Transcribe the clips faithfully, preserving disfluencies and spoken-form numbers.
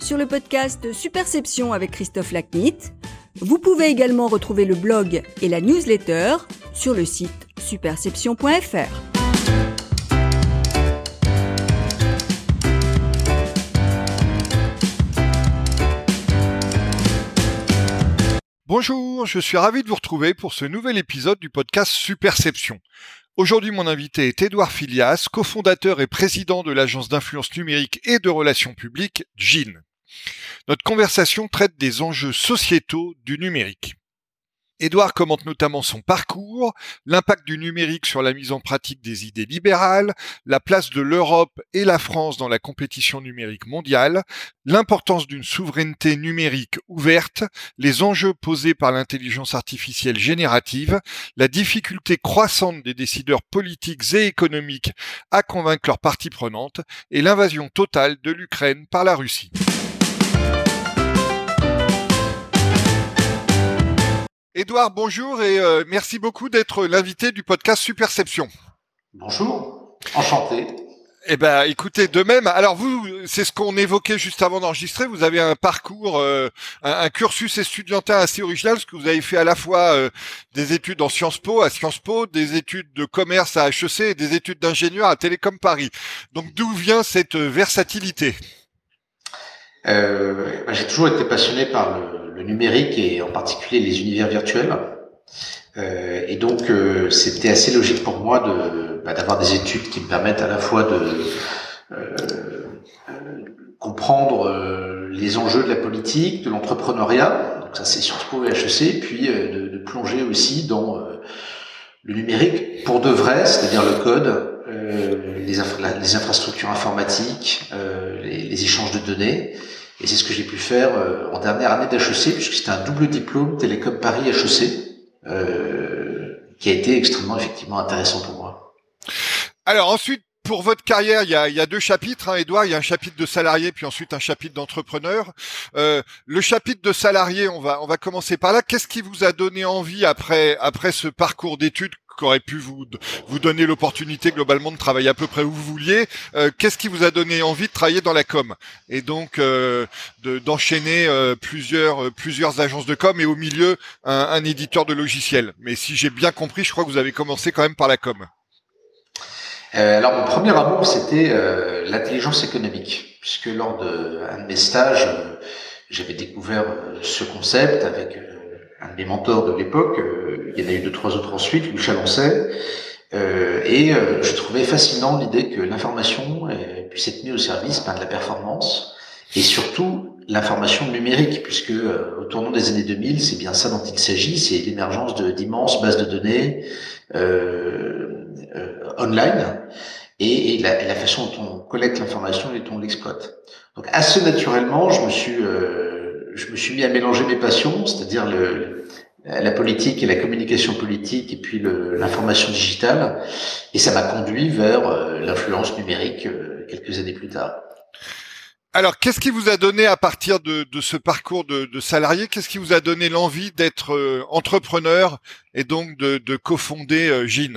sur le podcast Superception avec Christophe Lacnit. Vous pouvez également retrouver le blog et la newsletter sur le site superception point f r. Bonjour, je suis ravi de vous retrouver pour ce nouvel épisode du podcast Superception. Aujourd'hui, mon invité est Édouard Filias, cofondateur et président de l'agence d'influence numérique et de relations publiques G I N. Notre conversation traite des enjeux sociétaux du numérique. Édouard commente notamment son parcours, l'impact du numérique sur la mise en pratique des idées libérales, la place de l'Europe et la France dans la compétition numérique mondiale, l'importance d'une souveraineté numérique ouverte, les enjeux posés par l'intelligence artificielle générative, la difficulté croissante des décideurs politiques et économiques à convaincre leurs parties prenantes et l'invasion totale de l'Ukraine par la Russie. Édouard, bonjour et euh, merci beaucoup d'être l'invité du podcast Superception. Bonjour, enchanté. Eh ben, écoutez, de même. Alors vous, c'est ce qu'on évoquait juste avant d'enregistrer. Vous avez un parcours, euh, un, un cursus estudiantin assez original, parce que vous avez fait à la fois euh, des études en Sciences Po, à Sciences Po, des études de commerce à H E C et des études d'ingénieur à Télécom Paris. Donc d'où vient cette versatilité ? euh, ben, J'ai toujours été passionné par le le numérique et en particulier les univers virtuels. Euh, et donc, euh, c'était assez logique pour moi de, bah, d'avoir des études qui me permettent à la fois de euh, euh, comprendre euh, les enjeux de la politique, de l'entrepreneuriat, donc ça c'est Sciences Po et H E C, puis euh, de, de plonger aussi dans euh, le numérique pour de vrai, c'est-à-dire le code, euh, les, inf- la, les infrastructures informatiques, euh, les, les échanges de données. Et c'est ce que j'ai pu faire euh, en dernière année d'H E C, puisque c'était un double diplôme Télécom Paris H E C, euh, qui a été extrêmement effectivement intéressant pour moi. Alors ensuite, pour votre carrière, il y a, il y a deux chapitres, hein, Édouard. Il y a un chapitre de salarié, puis ensuite un chapitre d'entrepreneur. Euh, le chapitre de salarié, on va on va commencer par là. Qu'est-ce qui vous a donné envie après après ce parcours d'études qui aurait pu vous vous donner l'opportunité globalement de travailler à peu près où vous vouliez? euh, Qu'est-ce qui vous a donné envie de travailler dans la com et donc euh, de, d'enchaîner euh, plusieurs euh, plusieurs agences de com et au milieu un, un éditeur de logiciels? Mais si j'ai bien compris, je crois que vous avez commencé quand même par la com. Euh, alors mon premier amour c'était euh, l'intelligence économique, puisque lors de un de mes stages, euh, j'avais découvert euh, ce concept avec euh, un de mes mentors de l'époque. Euh, il y en a eu deux trois autres ensuite, Louis Chalancet, euh, et euh, je trouvais fascinant l'idée que l'information euh, puisse être mise au service ben, de la performance et surtout l'information numérique, puisque euh, au tournant des années deux mille, c'est bien ça dont il s'agit, c'est l'émergence de d'immenses bases de données euh, euh, online et, et, la, et la façon dont on collecte l'information et dont on l'exploite. Donc assez naturellement, je me suis euh, je me suis mis à mélanger mes passions, c'est-à-dire le, la politique et la communication politique et puis le, l'information digitale, et ça m'a conduit vers euh, l'influence numérique euh, quelques années plus tard. Alors, qu'est-ce qui vous a donné à partir de, de ce parcours de, de salarié, qu'est-ce qui vous a donné l'envie d'être euh, entrepreneur et donc de, de cofonder euh, G I N ?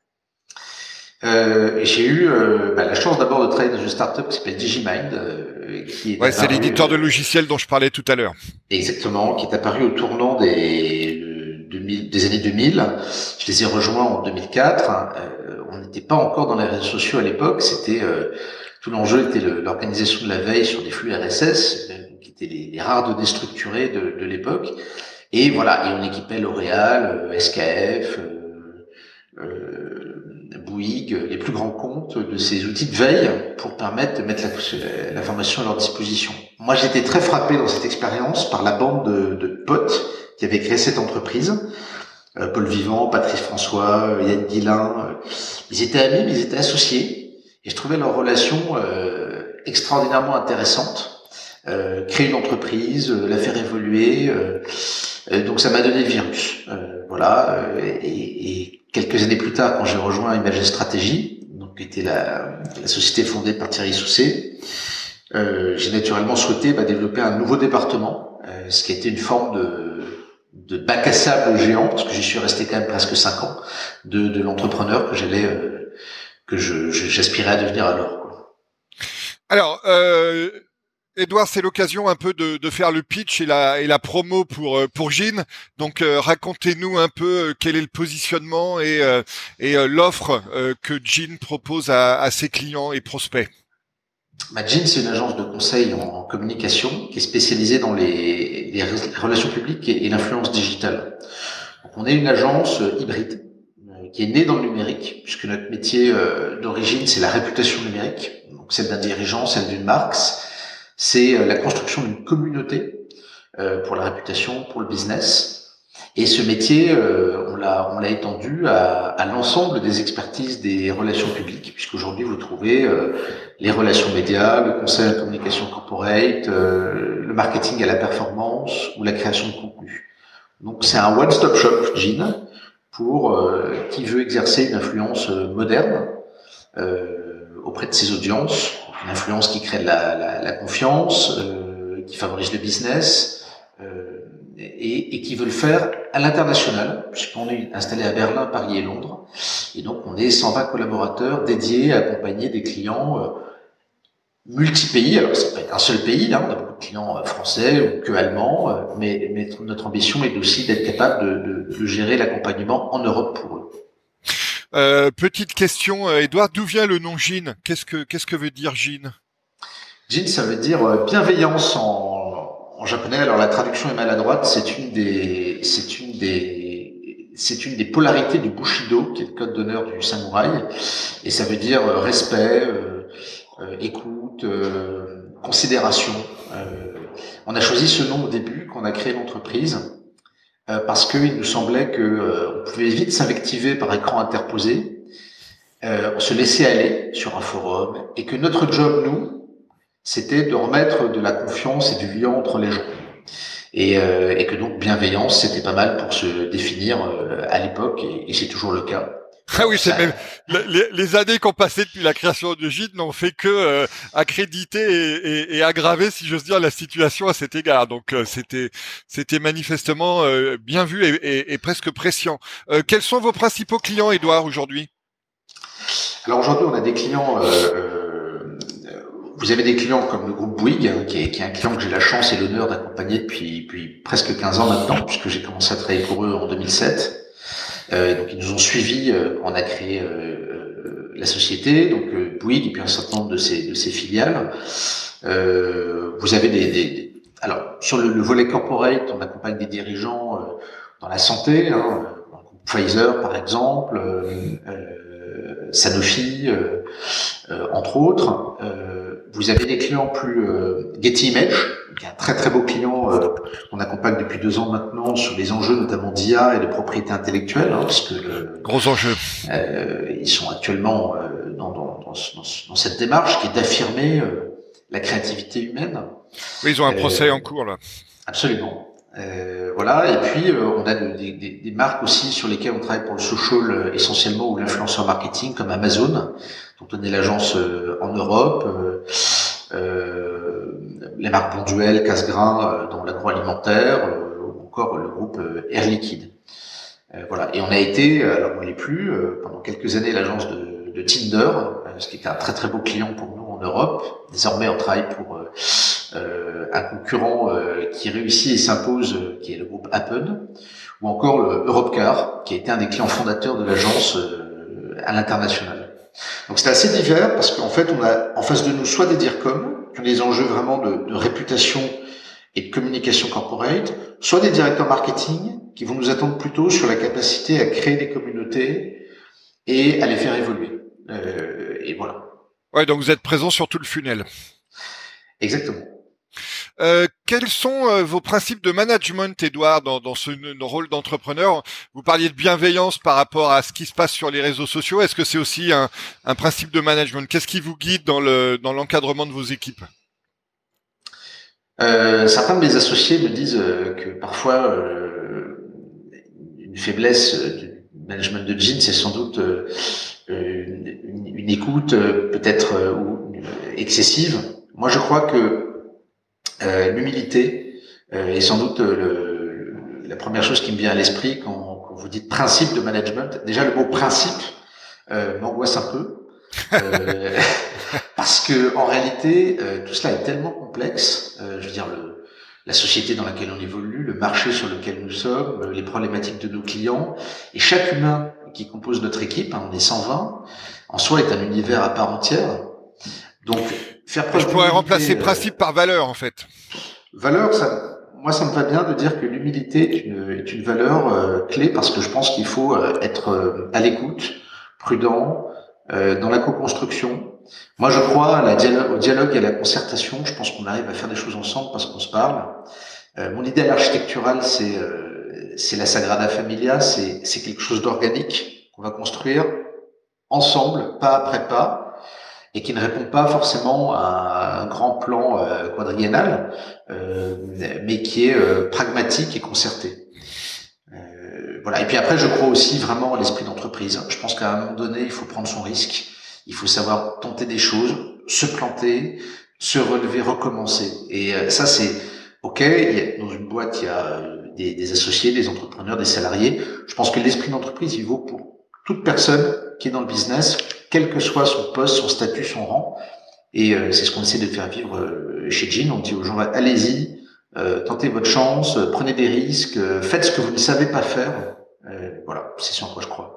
Euh, j'ai eu euh, bah, la chance d'abord de travailler dans une start-up qui s'appelle Digimind, euh, qui est ouais, c'est apparu, l'éditeur euh, de logiciels dont je parlais tout à l'heure. Exactement, qui est apparu au tournant des, deux mille, des années deux mille. Je les ai rejoints en deux mille quatre. Euh, on n'était pas encore dans les réseaux sociaux à l'époque. C'était euh, tout l'enjeu était le, l'organisation de la veille sur des flux R S S, euh, qui étaient les, les rares données structurées de, de l'époque. Et voilà, et on équipait L'Oréal, euh, S K F. Euh, euh, Bouygues, les plus grands comptes de ces outils de veille pour permettre de mettre la, l'information à leur disposition. Moi, j'étais très frappé dans cette expérience par la bande de, de potes qui avaient créé cette entreprise. Euh, Paul Vivant, Patrice François, Yann Guillain. Euh, ils étaient amis, mais ils étaient associés. Et je trouvais leur relation euh, extraordinairement intéressante. Euh, créer une entreprise, euh, la faire évoluer. Euh, euh, donc ça m'a donné le virus. Euh, voilà. Euh, et, et quelques années plus tard, quand j'ai rejoint Imagen Stratégie, donc qui était la, la société fondée par Thierry Soucet, euh, j'ai naturellement souhaité bah, développer un nouveau département, euh, ce qui a été une forme de, de bac à sable géant, parce que j'y suis resté quand même presque cinq ans, de, de l'entrepreneur que j'allais, euh, que je, je, j'aspirais à devenir alors, quoi. Alors, euh, Edouard, c'est l'occasion un peu de, de faire le pitch et la, et la promo pour, pour Gin. Donc, euh, racontez-nous un peu quel est le positionnement et, euh, et euh, l'offre euh, que Gin propose à, à ses clients et prospects. Bah, Gin, c'est une agence de conseil en communication qui est spécialisée dans les, les relations publiques et, et l'influence digitale. Donc, on est une agence hybride euh, qui est née dans le numérique, puisque notre métier euh, d'origine, c'est la réputation numérique, donc celle d'un dirigeant, celle d'une marque. C'est euh, la construction d'une communauté euh, pour la réputation, pour le business. Et ce métier, euh, on l'a, on l'a étendu à, à l'ensemble des expertises des relations publiques, puisqu'aujourd'hui vous trouvez euh, les relations médias, le conseil en communication corporate, euh, le marketing à la performance ou la création de contenu. Donc c'est un one-stop shop, Gin, pour euh, qui veut exercer une influence moderne euh, auprès de ses audiences, une influence qui crée de la, la, la confiance, euh, qui favorise le business. Euh, Et, et qui veut le faire à l'international, puisqu'on est installé à Berlin, Paris et Londres. Et donc, on est cent vingt collaborateurs dédiés à accompagner des clients euh, multi-pays. Alors, ça peut être un seul pays, là, on a beaucoup de clients euh, français ou que allemands, euh, mais, mais notre ambition est aussi d'être capable de, de, de gérer l'accompagnement en Europe pour eux. Euh, petite question, Edouard, d'où vient le nom Gin ? Qu'est-ce que, qu'est-ce que veut dire Gin ? Gin, ça veut dire euh, bienveillance en En japonais, alors la traduction est maladroite, c'est une des, c'est une des, c'est une des polarités du Bushido, qui est le code d'honneur du samouraï, et ça veut dire respect, euh, euh, écoute, euh, considération. Euh, on a choisi ce nom au début, quand on a créé l'entreprise, euh, parce qu'il nous semblait que euh, on pouvait vite s'invectiver par écran interposé, euh, se laisser aller sur un forum, et que notre job, nous, c'était de remettre de la confiance et du lien entre les gens. Et, euh, et que donc bienveillance, c'était pas mal pour se définir euh, à l'époque, et, et c'est toujours le cas. Ah oui, c'est ça... même les, les années qu'on passait depuis la création de Gin n'ont fait que euh, accréditer et, et, et aggraver, si j'ose dire, la situation à cet égard. Donc euh, c'était c'était manifestement euh, bien vu et, et, et presque prescient. Euh, quels sont vos principaux clients, Edouard, aujourd'hui ? Alors aujourd'hui, on a des clients. Euh, Vous avez des clients comme le groupe Bouygues, hein, qui, est, qui est un client que j'ai la chance et l'honneur d'accompagner depuis, depuis presque quinze ans maintenant, puisque j'ai commencé à travailler pour eux en deux mille sept. Euh, donc ils nous ont suivis euh, quand on a créé euh, euh, la société, donc euh, Bouygues et puis un certain nombre de ses, de ses filiales. Euh, vous avez des, des, des alors sur le, le volet corporate, on accompagne des dirigeants euh, dans la santé, hein, dans le groupe Pfizer par exemple, euh, euh, Sanofi, euh, euh, entre autres. Euh, Vous avez des clients plus euh, Getty Image, qui est un très très beau client euh, qu'on accompagne depuis deux ans maintenant sur les enjeux notamment d'I A et de propriété intellectuelle, hein, parce que le, gros enjeu. Euh, ils sont actuellement euh, dans, dans, dans, dans, dans cette démarche qui est d'affirmer euh, la créativité humaine. Oui, ils ont un euh, procès en cours là. Absolument. Euh, voilà, et puis euh, on a de, des, des, des marques aussi sur lesquelles on travaille pour le social euh, essentiellement ou l'influenceur marketing comme Amazon, dont on est l'agence euh, en Europe, euh, euh, les marques Bonduel, Casgrain euh, dans l'agroalimentaire, euh, ou encore le groupe euh, Air Liquide. Euh, voilà, et on a été, alors on l'est plus, euh, pendant quelques années l'agence de, de Tinder, euh, ce qui était un très très beau client pour nous en Europe. Désormais on travaille pour euh, Euh, un concurrent euh, qui réussit et s'impose, euh, qui est le groupe Appen, ou encore le Europcar, qui a été un des clients fondateurs de l'agence euh, à l'international. Donc c'est assez divers parce qu'en fait on a en face de nous soit des DIRCOM, qui ont des enjeux vraiment de, de réputation et de communication corporate, soit des directeurs marketing qui vont nous attendre plutôt sur la capacité à créer des communautés et à les faire évoluer. Euh, et voilà. Ouais, donc vous êtes présent sur tout le funnel. Exactement. Euh, quels sont euh, vos principes de management, Edouard, dans, dans ce no, rôle d'entrepreneur ? Vous parliez de bienveillance par rapport à ce qui se passe sur les réseaux sociaux. Est-ce que c'est aussi un, un principe de management ? Qu'est-ce qui vous guide dans, le, dans l'encadrement de vos équipes ? euh, Certains de mes associés me disent euh, que parfois euh, une faiblesse du management de Gin, c'est sans doute euh, une, une écoute euh, peut-être euh, ou, euh, excessive. Moi, je crois que euh, l'humilité euh, est sans doute le, le, la première chose qui me vient à l'esprit quand, quand vous dites principe de management. Déjà, le mot principe euh, m'angoisse un peu. Euh, parce que en réalité, euh, tout cela est tellement complexe. Euh, je veux dire, le, la société dans laquelle on évolue, le marché sur lequel nous sommes, euh, les problématiques de nos clients, et chaque humain qui compose notre équipe, hein, on est cent vingt, en soi est un univers à part entière. Donc, faire preuve Je pourrais remplacer euh, principe par valeur, en fait. Valeur, ça, moi, ça me va bien de dire que l'humilité est une, est une valeur euh, clé, parce que je pense qu'il faut euh, être euh, à l'écoute, prudent, euh, dans la co-construction. Moi, je crois à la dialogue, au dialogue et à la concertation. Je pense qu'on arrive à faire des choses ensemble parce qu'on se parle. Euh, mon idéal architectural, c'est euh, c'est la Sagrada Familia. C'est c'est quelque chose d'organique qu'on va construire ensemble, pas après pas, et qui ne répond pas forcément à un grand plan euh, quadriennal, euh, mais qui est euh, pragmatique et concerté. Euh, voilà. Et puis après, je crois aussi vraiment à l'esprit d'entreprise. Je pense qu'à un moment donné, il faut prendre son risque. Il faut savoir tenter des choses, se planter, se relever, recommencer. Et euh, ça, c'est OK. Il y a, dans une boîte, il y a des, des associés, des entrepreneurs, des salariés. Je pense que l'esprit d'entreprise, il vaut pour toute personne qui est dans le business, quel que soit son poste, son statut, son rang. Et euh, c'est ce qu'on essaie de faire vivre euh, chez Jean. On dit aux gens, allez-y, euh, tentez votre chance, euh, prenez des risques, euh, faites ce que vous ne savez pas faire. Euh, voilà, c'est sur quoi je crois.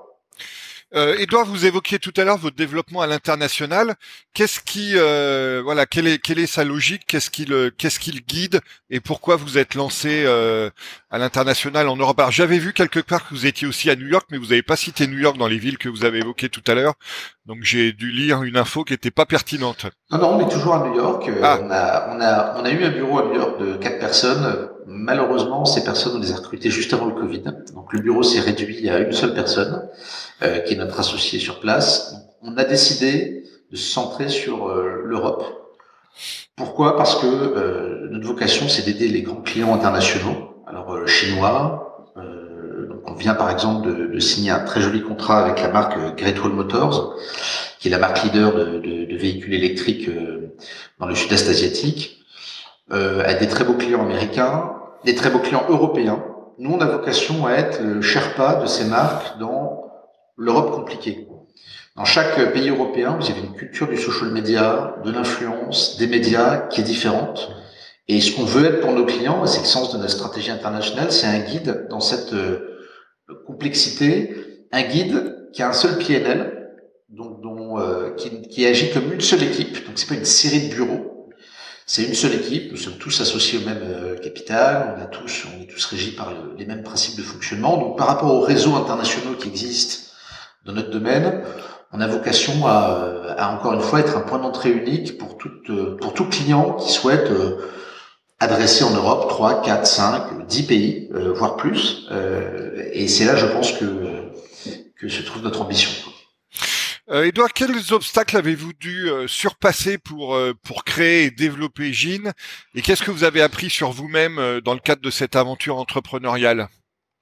Euh, Édouard, vous évoquiez tout à l'heure votre développement à l'international. Qu'est-ce qui, euh, voilà, quelle est quelle est sa logique? Qu'est-ce qui le qu'est-ce qui le guide et pourquoi vous êtes lancé euh, à l'international en Europe? Alors, j'avais vu quelque part que vous étiez aussi à New York, mais vous n'avez pas cité New York dans les villes que vous avez évoquées tout à l'heure. Donc, j'ai dû lire une info qui n'était pas pertinente. Non, non, on est toujours à New York. Ah. On a on a on a eu un bureau à New York de quatre personnes. Malheureusement, ces personnes, on les a recrutées juste avant le Covid. Donc, le bureau s'est réduit à une seule personne, euh, qui est notre associé sur place. Donc, on a décidé de se centrer sur euh, l'Europe. Pourquoi? Parce que euh, notre vocation, c'est d'aider les grands clients internationaux. Alors, euh, chinois. Euh, donc, on vient par exemple de, de signer un très joli contrat avec la marque euh, Great Wall Motors, qui est la marque leader de, de, de véhicules électriques euh, dans le sud-est asiatique, euh, à des très beaux clients américains, des très beaux clients européens. Nous, on a vocation à être le Sherpa de ces marques dans l'Europe compliquée. Dans chaque pays européen, vous avez une culture du social media, de l'influence, des médias qui est différente. Et ce qu'on veut être pour nos clients, et c'est le sens de notre stratégie internationale, c'est un guide dans cette euh, complexité, un guide qui a un seul P N L, donc dont, euh, qui, qui agit comme une seule équipe. Donc c'est pas une série de bureaux. C'est une seule équipe, nous sommes tous associés au même euh, capital, on a tous, on est tous régis par le, les mêmes principes de fonctionnement. Donc, par rapport aux réseaux internationaux qui existent dans notre domaine, on a vocation à, à encore une fois être un point d'entrée unique pour tout, pour tout client qui souhaite euh, adresser en Europe trois, quatre, cinq, dix pays, euh, voire plus. Euh, et c'est là, je pense, que que se trouve notre ambition. Euh, Édouard, quels obstacles avez-vous dû euh, surpasser pour euh, pour créer et développer Jean? Et qu'est-ce que vous avez appris sur vous-même euh, dans le cadre de cette aventure entrepreneuriale?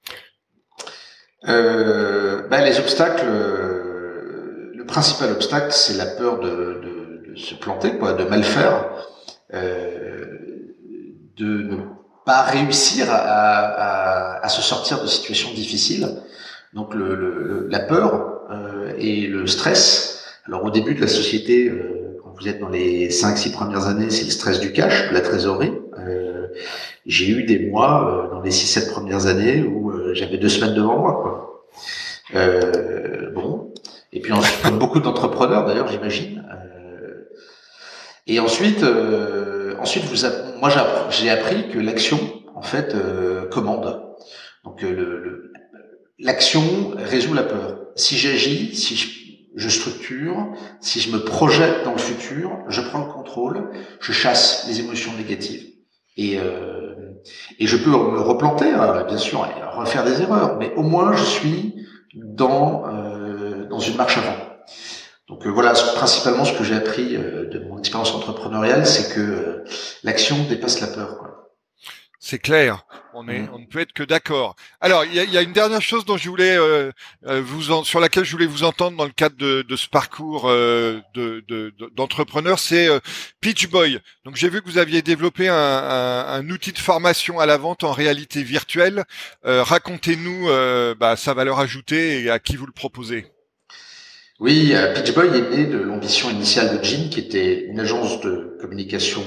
euh, ben, Les obstacles, euh, le principal obstacle, c'est la peur de, de, de se planter, quoi, de mal faire, euh, de ne pas réussir à, à, à se sortir de situations difficiles. Donc le, le, la peur euh, et le stress. Alors au début de la société, euh, quand vous êtes dans les cinq six premières années, c'est le stress du cash, de la trésorerie. Euh, j'ai eu des mois euh, dans les six sept premières années où euh, j'avais deux semaines devant moi, quoi. Euh, bon. Et puis ensuite, comme beaucoup d'entrepreneurs d'ailleurs, j'imagine. Euh, et ensuite, euh, ensuite vous, a, moi j'ai appris, j'ai appris que l'action en fait euh, commande. Donc euh, le, le l'action résout la peur. Si j'agis, si je, je structure, si je me projette dans le futur, je prends le contrôle, je chasse les émotions négatives. Et, euh, et je peux me replanter, hein, bien sûr, et refaire des erreurs, mais au moins je suis dans, euh, dans une marche avant. Donc euh, voilà, principalement ce que j'ai appris euh, de mon expérience entrepreneuriale, c'est que euh, l'action dépasse la peur, quoi. C'est clair, on est, on ne peut être que d'accord. Alors, il y a, y a une dernière chose dont je voulais euh, vous en, sur laquelle je voulais vous entendre dans le cadre de, de ce parcours euh, de, de, de, d'entrepreneur, c'est euh, Pitch Boy. Donc, j'ai vu que vous aviez développé un, un, un outil de formation à la vente en réalité virtuelle. Euh, racontez-nous euh, bah, sa valeur ajoutée et à qui vous le proposez. Oui, euh, Pitch Boy est né de l'ambition initiale de Gin, qui était une agence de communication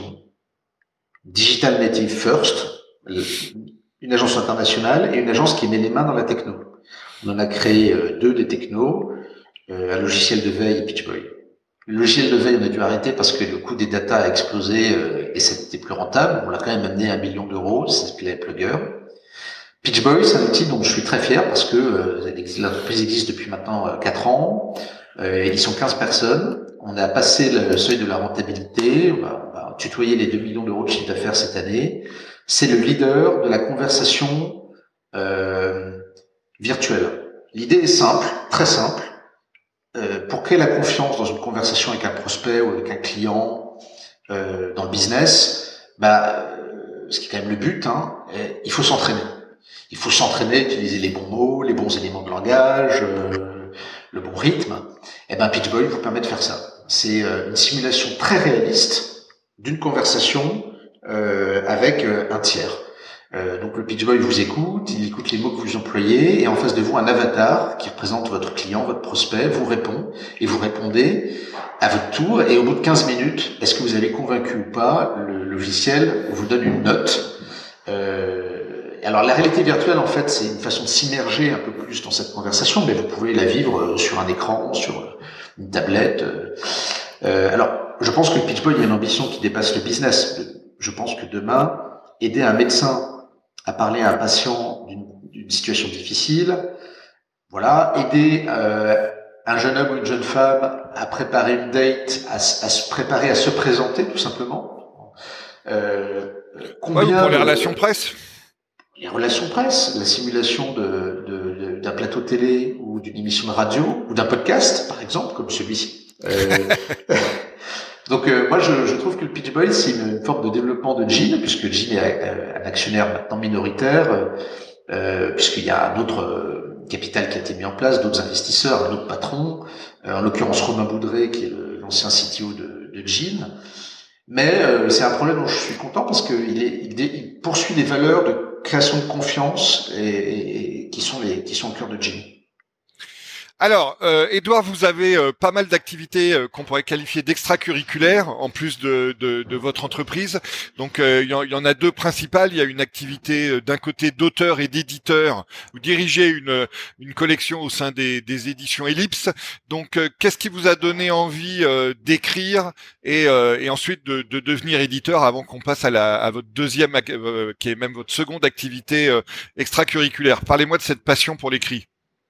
digital native first, une agence internationale et une agence qui met les mains dans la techno. On en a créé euh, deux des technos, euh, un logiciel de veille et Pitch Boy. Le logiciel de veille, on a dû arrêter parce que le coût des data a explosé euh, et c'était plus rentable. On l'a quand même amené à un million d'euros, c'est ce qu'il est Plugger. Pitch Boy, c'est un outil dont je suis très fier parce que euh, l'entreprise existe depuis maintenant euh, quatre ans. Euh, ils sont quinze personnes. On a passé le seuil de la rentabilité. On va, on va tutoyer les deux millions d'euros de chiffre d'affaires cette année. C'est le leader de la conversation euh, virtuelle. L'idée est simple, très simple. Euh, pour créer la confiance dans une conversation avec un prospect ou avec un client euh, dans le business, bah, euh, ce qui est quand même le but, hein, il faut s'entraîner. Il faut s'entraîner, utiliser les bons mots, les bons éléments de langage, euh, le bon rythme. Et ben Pitch Boy vous permet de faire ça. C'est euh, une simulation très réaliste d'une conversation euh, avec euh, un tiers. Euh, donc le Pitch Boy vous écoute, il écoute les mots que vous employez, et en face de vous un avatar qui représente votre client, votre prospect, vous répond, et vous répondez à votre tour, et au bout de quinze minutes, est-ce que vous avez convaincu ou pas, le logiciel vous donne une note. Euh, alors la réalité virtuelle, en fait, c'est une façon de s'immerger un peu plus dans cette conversation, mais vous pouvez la vivre sur un écran, sur une tablette. Euh, alors, je pense que le Pitch Boy a une ambition qui dépasse le business. Je pense que demain, aider un médecin à parler à un patient d'une, d'une situation difficile, voilà, aider euh, un jeune homme ou une jeune femme à préparer une date, à, à se préparer à se présenter tout simplement. Euh, combien ouais, pour les de, relations presse Les relations presse, la simulation de, de, de, d'un plateau télé ou d'une émission de radio ou d'un podcast, par exemple, comme celui-ci. Euh, Donc euh, moi je, je trouve que le Pitch Boy c'est une, une forme de développement de Gin, puisque Gin est euh, un actionnaire maintenant minoritaire, euh, puisqu'il y a un autre euh, capital qui a été mis en place, d'autres investisseurs, un autre patron, euh, en l'occurrence Romain Boudré qui est le, l'ancien C T O de, de Gin. Mais euh, c'est un problème dont je suis content parce qu'il est, il, il poursuit des valeurs de création de confiance et, et, et qui sont les qui sont au cœur de Gin. Alors, euh, Édouard, vous avez euh, pas mal d'activités euh, qu'on pourrait qualifier d'extracurriculaires, en plus de, de, de votre entreprise. Donc, euh, il y, y en a deux principales. Il y a une activité euh, d'un côté d'auteur et d'éditeur. Vous dirigez une, une collection au sein des, des éditions Ellipse. Donc, euh, qu'est-ce qui vous a donné envie euh, d'écrire et, euh, et ensuite de, de devenir éditeur avant qu'on passe à, la, à votre deuxième, euh, qui est même votre seconde activité euh, extracurriculaire? Parlez-moi de cette passion pour l'écrit.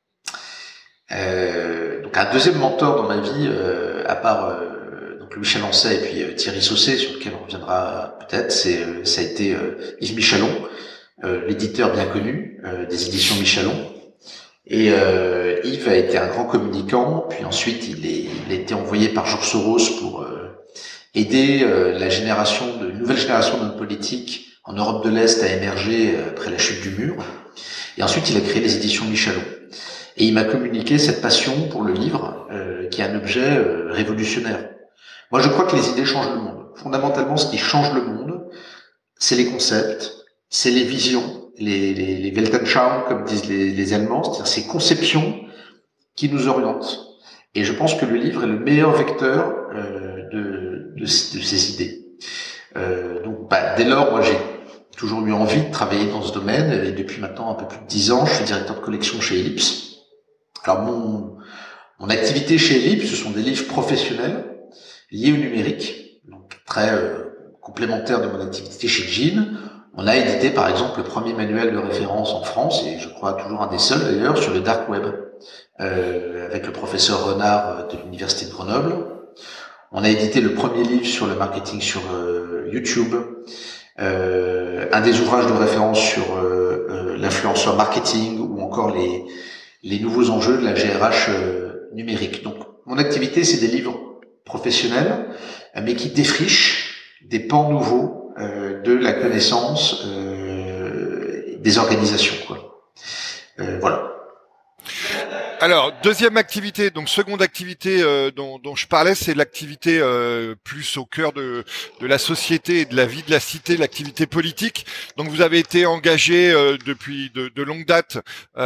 Euh, donc un deuxième mentor dans ma vie, euh, à part euh, donc Louis Chalancet et puis euh, Thierry Saucé, sur lequel on reviendra peut-être, c'est euh, ça a été euh, Yves Michalon, euh, l'éditeur bien connu euh, des éditions Michalon. Et euh, Yves a été un grand communicant, puis ensuite il, est, il a été envoyé par Georges Soros pour euh, aider euh, la génération de une nouvelle génération d'hommes politiques en Europe de l'Est à émerger euh, après la chute du mur. Et ensuite il a créé les éditions Michalon. Et il m'a communiqué cette passion pour le livre, euh, qui est un objet euh, révolutionnaire. Moi, je crois que les idées changent le monde. Fondamentalement, ce qui change le monde, c'est les concepts, c'est les visions, les, les, les Weltanschauung, comme disent les, les Allemands, c'est-à-dire ces conceptions qui nous orientent. Et je pense que le livre est le meilleur vecteur euh, de, de, de ces idées. Euh, donc, bah, dès lors, moi, j'ai toujours eu envie de travailler dans ce domaine, et depuis maintenant un peu plus de dix ans, je suis directeur de collection chez Ellipse. Alors mon, mon activité chez Ellipse, ce sont des livres professionnels liés au numérique, donc très euh, complémentaires de mon activité chez Gin. On a édité par exemple le premier manuel de référence en France, et je crois toujours un des seuls d'ailleurs, sur le dark web, euh, avec le professeur Renard de l'université de Grenoble. On a édité le premier livre sur le marketing sur euh, YouTube, euh, un des ouvrages de référence sur euh, euh, l'influenceur marketing, ou encore les les nouveaux enjeux de la G R H euh, numérique. Donc, mon activité, c'est des livres professionnels, euh, mais qui défrichent des pans nouveaux euh, de la connaissance euh, des organisations, quoi. Euh, voilà. Alors, deuxième activité, donc seconde activité euh, dont, dont je parlais, c'est l'activité euh, plus au cœur de, de la société et de la vie de la cité, l'activité politique. Donc, vous avez été engagé euh, depuis de, de longue date euh,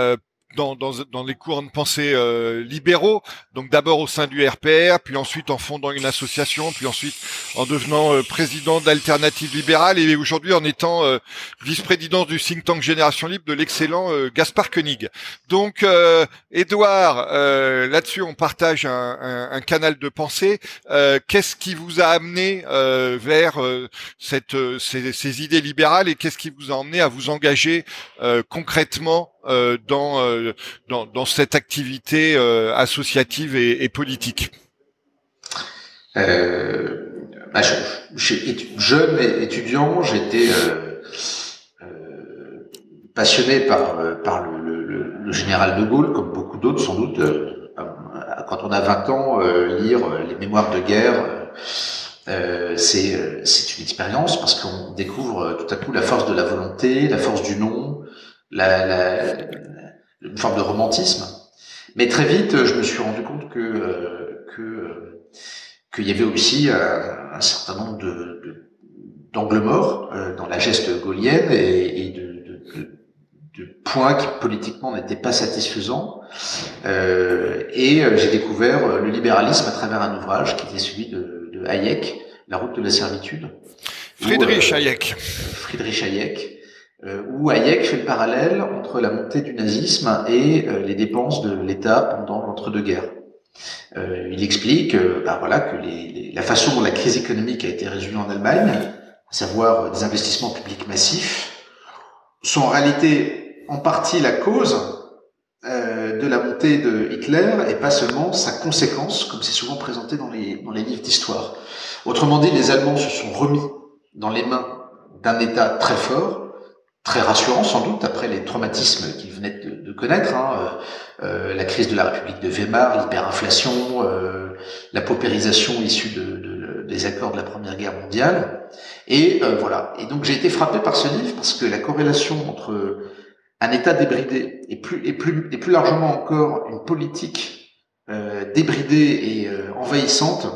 dans, dans, dans les courants de pensée euh, libéraux, donc d'abord au sein du R P R, puis ensuite en fondant une association, puis ensuite en devenant euh, président d'Alternative Libérale, et aujourd'hui en étant euh, vice-président du think tank Génération Libre de l'excellent euh, Gaspard Koenig. Donc, euh, Édouard, euh, là-dessus on partage un, un, un canal de pensée. Euh, qu'est-ce qui vous a amené euh, vers euh, cette, euh, ces, ces idées libérales, et qu'est-ce qui vous a amené à vous engager euh, concrètement euh, dans, euh, dans dans cette activité euh, associative et, et politique? euh, bah, je, je, Jeune étudiant, j'étais euh, euh, passionné par par le, le, le général de Gaulle, comme beaucoup d'autres sans doute. Euh, quand on a vingt ans, euh, lire les mémoires de guerre, euh, c'est c'est une expérience, parce qu'on découvre tout à coup la force de la volonté, la force du non, La, la, une forme de romantisme. Mais très vite, je me suis rendu compte que euh, que euh, qu'il y avait aussi un, un certain nombre de, de d'angles morts euh, dans la geste gaulienne, et, et de, de, de, de points qui politiquement n'étaient pas satisfaisants. Euh, et euh, j'ai découvert le libéralisme à travers un ouvrage qui était celui de, de Hayek, La route de la servitude. Friedrich où, euh, Hayek. Friedrich Hayek. Euh, où Hayek fait le parallèle entre la montée du nazisme et euh, les dépenses de l'État pendant l'entre-deux-guerres. Euh, il explique euh, bah, voilà, que les, les, la façon dont la crise économique a été résolue en Allemagne, à savoir des investissements publics massifs, sont en réalité en partie la cause euh, de la montée de Hitler, et pas seulement sa conséquence, comme c'est souvent présenté dans les, dans les livres d'histoire. Autrement dit, les Allemands se sont remis dans les mains d'un État très fort, très rassurant sans doute, après les traumatismes qu'ils venaient de, de connaître, hein, euh, la crise de la République de Weimar, l'hyperinflation, euh, la paupérisation issue de, de, des accords de la Première Guerre mondiale. Et euh, voilà. Et donc j'ai été frappé par ce livre, parce que la corrélation entre un État débridé et plus et plus et plus largement encore une politique euh, débridée et euh, envahissante,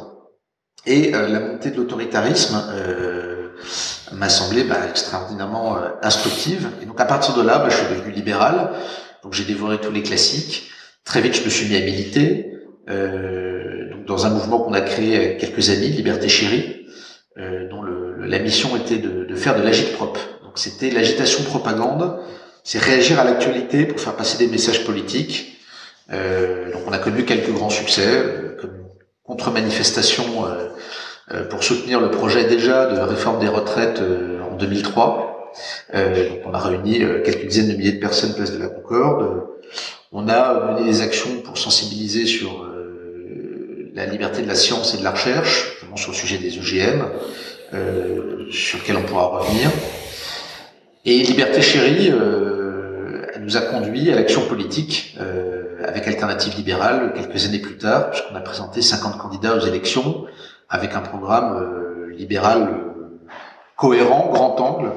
et euh, la montée de l'autoritarisme euh, m'a semblé bah, extraordinairement euh, instructive. Et donc à partir de là, bah, je suis devenu libéral. Donc j'ai dévoré tous les classiques. Très vite, je me suis mis à militer euh, donc dans un mouvement qu'on a créé avec quelques amis, Liberté Chérie, euh, dont le, le, la mission était de, de faire de l'agite-prop. Donc c'était l'agitation propagande, c'est réagir à l'actualité pour faire passer des messages politiques. Euh, donc on a connu quelques grands succès, euh, comme contre-manifestation euh, euh, pour soutenir le projet déjà de réforme des retraites euh, en deux mille trois. Euh, donc on a réuni euh, quelques dizaines de milliers de personnes place de la Concorde. On a mené des actions pour sensibiliser sur euh, la liberté de la science et de la recherche, notamment sur le sujet des O G M, euh, sur lequel on pourra revenir. Et Liberté Chérie euh, elle nous a conduit à l'action politique euh, avec Alternative Libérale quelques années plus tard, puisqu'on a présenté cinquante candidats aux élections avec un programme euh, libéral euh, cohérent, grand angle.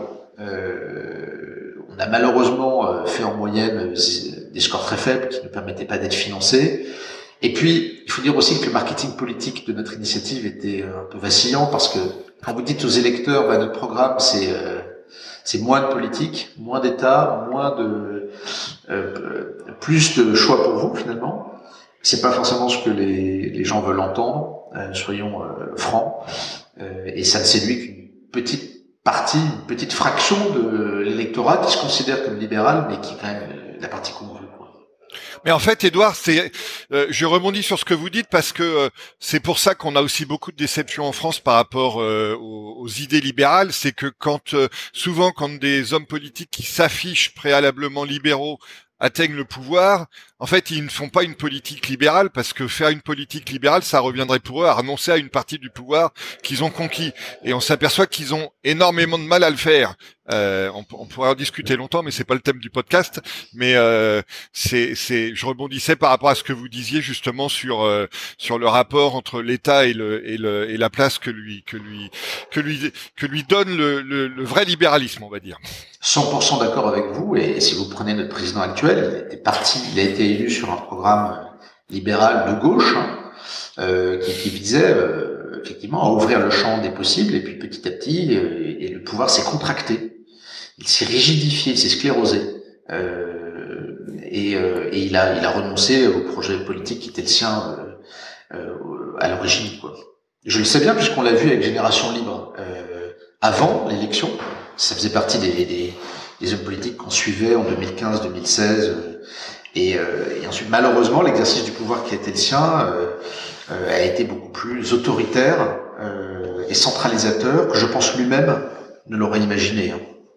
Euh, on a malheureusement euh, fait en moyenne euh, des scores très faibles qui ne permettaient pas d'être financés. Et puis, il faut dire aussi que le marketing politique de notre initiative était un peu vacillant, parce que quand vous dites aux électeurs, bah, notre programme, c'est euh, c'est moins de politique, moins d'État, moins de euh, plus de choix pour vous finalement. C'est pas forcément ce que les, les gens veulent entendre, euh, soyons euh, francs. Euh, et ça ne séduit qu'une petite partie, une petite fraction de l'électorat qui se considère comme libéral, mais qui est quand même la partie qu'on veut. Mais en fait, Édouard, c'est, euh, je rebondis sur ce que vous dites, parce que euh, c'est pour ça qu'on a aussi beaucoup de déceptions en France par rapport euh, aux, aux idées libérales. C'est que quand euh, souvent, quand des hommes politiques qui s'affichent préalablement libéraux atteignent le pouvoir, en fait, ils ne font pas une politique libérale, parce que faire une politique libérale, ça reviendrait pour eux à renoncer à une partie du pouvoir qu'ils ont conquis. Et on s'aperçoit qu'ils ont énormément de mal à le faire. Euh, on, on pourrait en discuter longtemps, mais c'est pas le thème du podcast. Mais euh, c'est, c'est, je rebondissais par rapport à ce que vous disiez justement sur euh, sur le rapport entre l'État et le et le et la place que lui que lui que lui que lui donne le, le, le vrai libéralisme, on va dire. cent pour cent d'accord avec vous. Et si vous prenez notre président actuel, il était parti, il a été élu sur un programme libéral de gauche hein, euh, qui, qui visait euh, effectivement à ouvrir le champ des possibles. Et puis petit à petit, euh, et le pouvoir s'est contracté. Il s'est rigidifié, il s'est sclérosé. Euh, et, euh, et il a il a renoncé au projet politique qui était le sien euh, euh, à l'origine, quoi. Je le sais bien puisqu'on l'a vu avec Génération Libre euh, avant l'élection. Ça faisait partie des, des, des hommes politiques qu'on suivait en deux mille quinze, deux mille seize. Euh, et, euh, et ensuite, malheureusement, l'exercice du pouvoir qui a été le sien euh, euh, a été beaucoup plus autoritaire euh, et centralisateur que je pense lui-même ne l'aurait imaginé. Hein.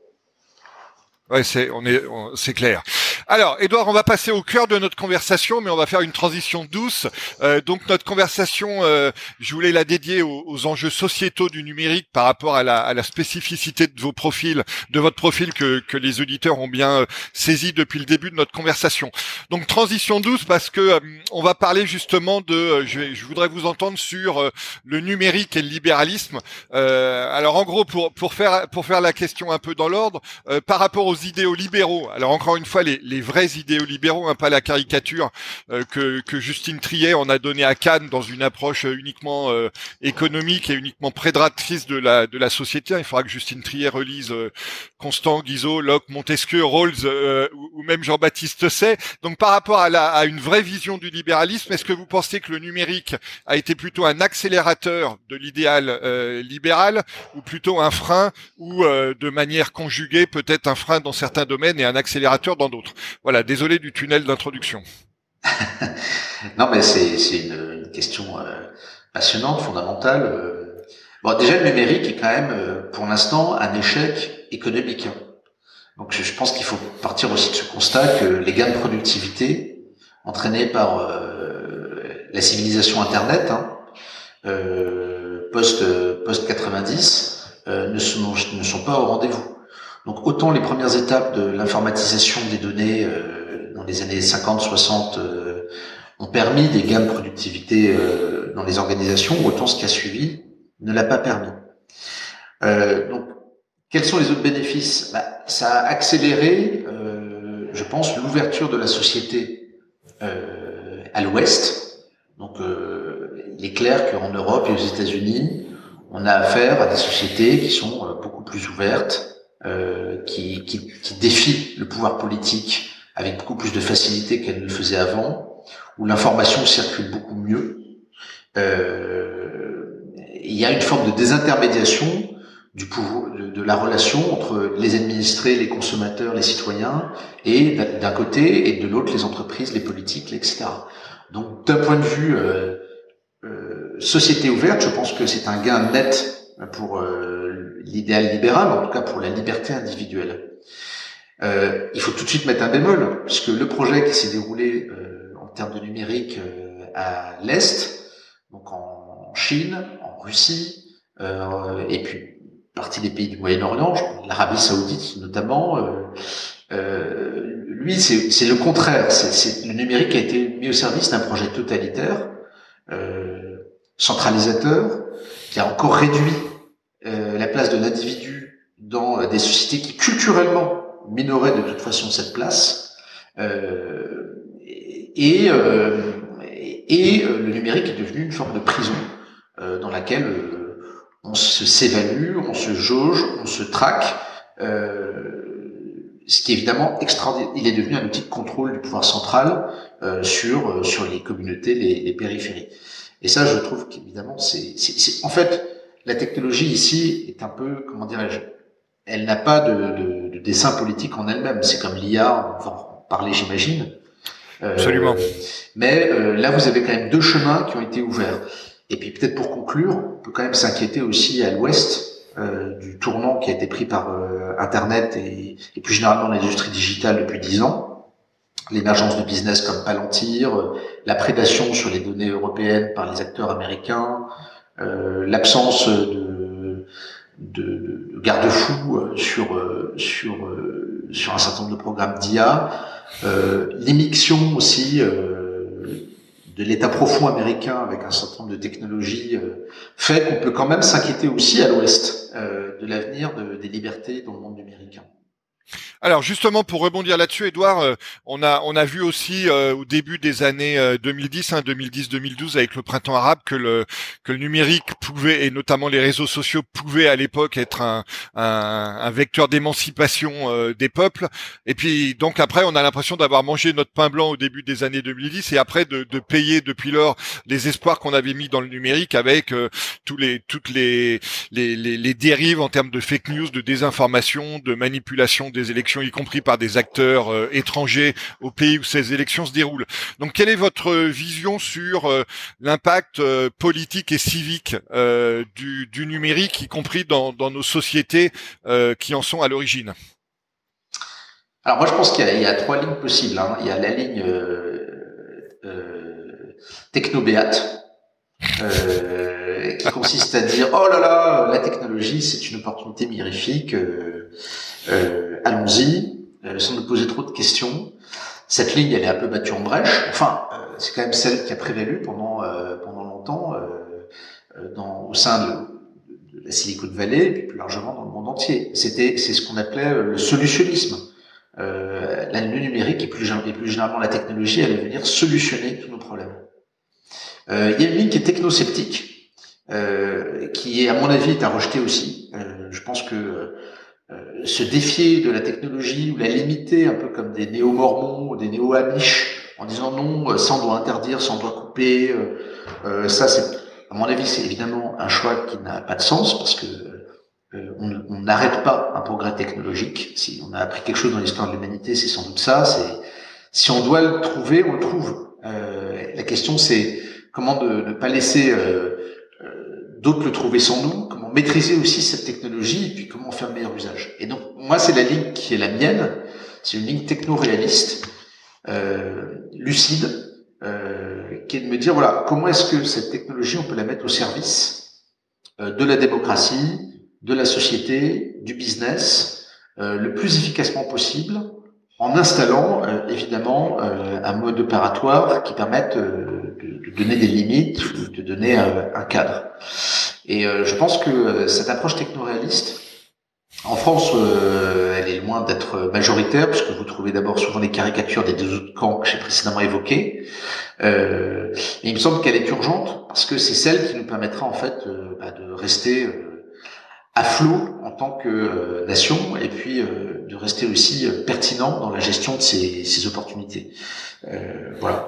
Ouais, c'est on est on, c'est clair. Alors, Édouard, on va passer au cœur de notre conversation, mais on va faire une transition douce. Euh, donc, notre conversation, euh, je voulais la dédier aux, aux enjeux sociétaux du numérique par rapport à la, à la spécificité de vos profils, de votre profil que, que les auditeurs ont bien euh, saisi depuis le début de notre conversation. Donc, transition douce parce que euh, on va parler justement de. Euh, je, vais, je voudrais vous entendre sur euh, le numérique et le libéralisme. Euh, alors, en gros, pour pour faire pour faire la question un peu dans l'ordre, euh, par rapport aux idéaux libéraux. Alors, encore une fois, les les vrais idéaux libéraux, hein, pas la caricature euh, que, que Justine Triet en a donné à Cannes dans une approche uniquement euh, économique et uniquement prédatrice de la de la société. Il faudra que Justine Triet relise euh, Constant, Guizot, Locke, Montesquieu, Rawls euh, ou, ou même Jean-Baptiste Say. Donc par rapport à, la, à une vraie vision du libéralisme, est-ce que vous pensez que le numérique a été plutôt un accélérateur de l'idéal euh, libéral ou plutôt un frein ou euh, de manière conjuguée peut-être un frein dans certains domaines et un accélérateur dans d'autres? Voilà, désolé du tunnel d'introduction. Non, mais c'est, c'est une, une question euh, passionnante, fondamentale. Euh, bon, déjà, le numérique est quand même, euh, pour l'instant, un échec économique. Donc, je, je pense qu'il faut partir aussi de ce constat que les gains de productivité entraînés par euh, la civilisation Internet, hein, euh, post post quatre-vingt-dix, euh, ne sont ne sont pas au rendez-vous. Donc autant les premières étapes de l'informatisation des données euh, dans les années cinquante soixante euh, ont permis des gains de productivité euh, dans les organisations, autant ce qui a suivi ne l'a pas permis. Euh, donc quels sont les autres bénéfices? Bah, ça a accéléré, euh, je pense, l'ouverture de la société euh, à l'Ouest. Donc euh, il est clair qu'en Europe et aux États-Unis, on a affaire à des sociétés qui sont euh, beaucoup plus ouvertes, Euh, qui, qui, qui défie le pouvoir politique avec beaucoup plus de facilité qu'elle ne le faisait avant, où l'information circule beaucoup mieux. Euh, il y a une forme de désintermédiation du pouvoir, de, de la relation entre les administrés, les consommateurs, les citoyens, et d'un côté, et de l'autre, les entreprises, les politiques, et cetera. Donc, d'un point de vue euh, euh, société ouverte, je pense que c'est un gain net pour euh, l'idéal libéral, en tout cas pour la liberté individuelle. Euh, il faut tout de suite mettre un bémol, puisque le projet qui s'est déroulé euh, en termes de numérique euh, à l'Est, donc en Chine, en Russie, euh, et puis partie des pays du Moyen-Orient, l'Arabie Saoudite notamment, euh, euh, lui c'est, c'est le contraire. C'est, c'est, le numérique a été mis au service d'un projet totalitaire, euh, centralisateur, qui a encore réduit euh, la place de l'individu dans euh, des sociétés qui culturellement minoraient de toute façon cette place. Euh, et euh, et, et euh, le numérique est devenu une forme de prison euh, dans laquelle euh, on se s'évalue, on se jauge, on se traque. Euh, ce qui est évidemment extraordinaire. Il est devenu un outil de contrôle du pouvoir central euh, sur euh, sur les communautés, les, les périphéries. Et ça, je trouve qu'évidemment, c'est, c'est, c'est, en fait, la technologie ici est un peu, comment dirais-je, elle n'a pas de, de, de dessin politique en elle-même. C'est comme l'I A, on va en parler, j'imagine. Euh, Absolument. Mais euh, là, vous avez quand même deux chemins qui ont été ouverts. Et puis peut-être pour conclure, on peut quand même s'inquiéter aussi à l'Ouest euh, du tournant qui a été pris par euh, Internet et, et plus généralement l'industrie digitale depuis dix ans. L'émergence de business comme Palantir, la prédation sur les données européennes par les acteurs américains, euh, l'absence de, de, de garde-fous sur sur sur un certain nombre de programmes d'I A, euh, l'immixtion aussi euh, de l'État profond américain avec un certain nombre de technologies euh, fait qu'on peut quand même s'inquiéter aussi à l'Ouest euh, de l'avenir de, des libertés dans le monde numérique. Alors justement, pour rebondir là-dessus, Édouard, euh, on a on a vu aussi euh, au début des années euh, deux mille dix, hein, deux mille dix deux mille douze, avec le printemps arabe, que le que le numérique pouvait, et notamment les réseaux sociaux, pouvaient à l'époque être un un, un vecteur d'émancipation euh, des peuples. Et puis donc après, on a l'impression d'avoir mangé notre pain blanc au début des années deux mille dix, et après de, de payer depuis lors les espoirs qu'on avait mis dans le numérique avec euh, tous les toutes les les, les les dérives en termes de fake news, de désinformation, de manipulation des élections, y compris par des acteurs euh, étrangers au pays où ces élections se déroulent. Donc, quelle est votre vision sur euh, l'impact euh, politique et civique euh, du, du numérique, y compris dans, dans nos sociétés euh, qui en sont à l'origine? Alors moi, je pense qu'il y a, il y a trois lignes possibles. Hein. Il y a la ligne euh, euh, technobéate, euh, qui consiste à dire oh là là, la technologie c'est une opportunité mirifique, euh, euh, allons-y, euh, sans nous poser trop de questions. Cette ligne, elle est un peu battue en brèche. Enfin, euh, c'est quand même celle qui a prévalu pendant euh, pendant longtemps euh, dans, au sein de, de la Silicon Valley et puis plus largement dans le monde entier. C'était c'est ce qu'on appelait le solutionnisme. Euh, le numérique et plus, et plus généralement la technologie allait venir solutionner tous nos problèmes. Euh, il y a une ligne qui est technosceptique, euh, qui est, à mon avis, est à rejeter aussi. Euh, je pense que euh, se défier de la technologie ou la limiter un peu comme des néo-mormons ou des néo-amish en disant non, ça on doit interdire, ça on doit couper, euh, euh, ça c'est, à mon avis, c'est évidemment un choix qui n'a pas de sens parce que euh, on n'arrête pas un progrès technologique. Si on a appris quelque chose dans l'histoire de l'humanité, c'est sans doute ça. C'est si on doit le trouver, on le trouve. Euh, la question c'est comment de ne pas laisser euh, euh, d'autres le trouver sans nous, comment maîtriser aussi cette technologie et puis comment en faire le meilleur usage. Et donc, moi, c'est la ligne qui est la mienne, c'est une ligne techno-réaliste, euh, lucide, euh, qui est de me dire, voilà, comment est-ce que cette technologie, on peut la mettre au service euh, de la démocratie, de la société, du business, euh, le plus efficacement possible, en installant euh, évidemment euh, un mode opératoire qui permette euh, de, de donner des limites, de donner euh, un cadre. Et euh, je pense que euh, cette approche techno-réaliste, en France, euh, elle est loin d'être majoritaire, puisque vous trouvez d'abord souvent les caricatures des deux autres camps que j'ai précédemment évoqués. Euh, et il me semble qu'elle est urgente, parce que c'est celle qui nous permettra en fait euh, bah, de rester euh, à flot en tant que euh, nation, et puis euh, de rester aussi euh, pertinent dans la gestion de ces, ces opportunités. Euh, voilà.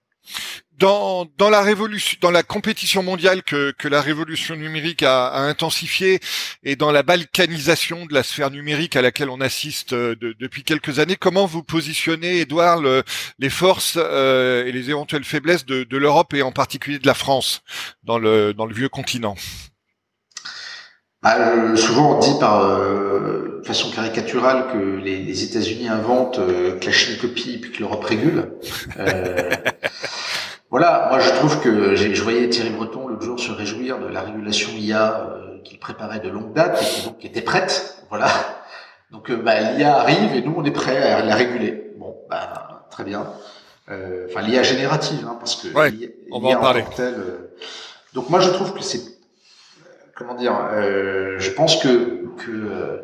Dans, dans la révolution, dans la compétition mondiale que, que la révolution numérique a, a intensifiée et dans la balkanisation de la sphère numérique à laquelle on assiste de, depuis quelques années, comment vous positionnez, Édouard, le, les forces euh, et les éventuelles faiblesses de, de l'Europe et en particulier de la France dans le, dans le vieux continent? Bah, euh, souvent on dit par euh, façon caricaturale que les, les États-Unis inventent, euh, que la Chine copie, puis que l'Europe régule. Euh, voilà, moi je trouve que j'ai, je voyais Thierry Breton l'autre jour se réjouir de la régulation I A euh, qu'il préparait de longue date et qui donc était prête. Voilà. Donc euh, bah, l'I A arrive et nous on est prêts à la réguler. Bon, bah très bien. Euh, enfin l'I A générative, hein, parce que ouais, l'I A, on va en parler. Tel, euh, donc moi je trouve que c'est Comment dire euh, Je pense que, que euh,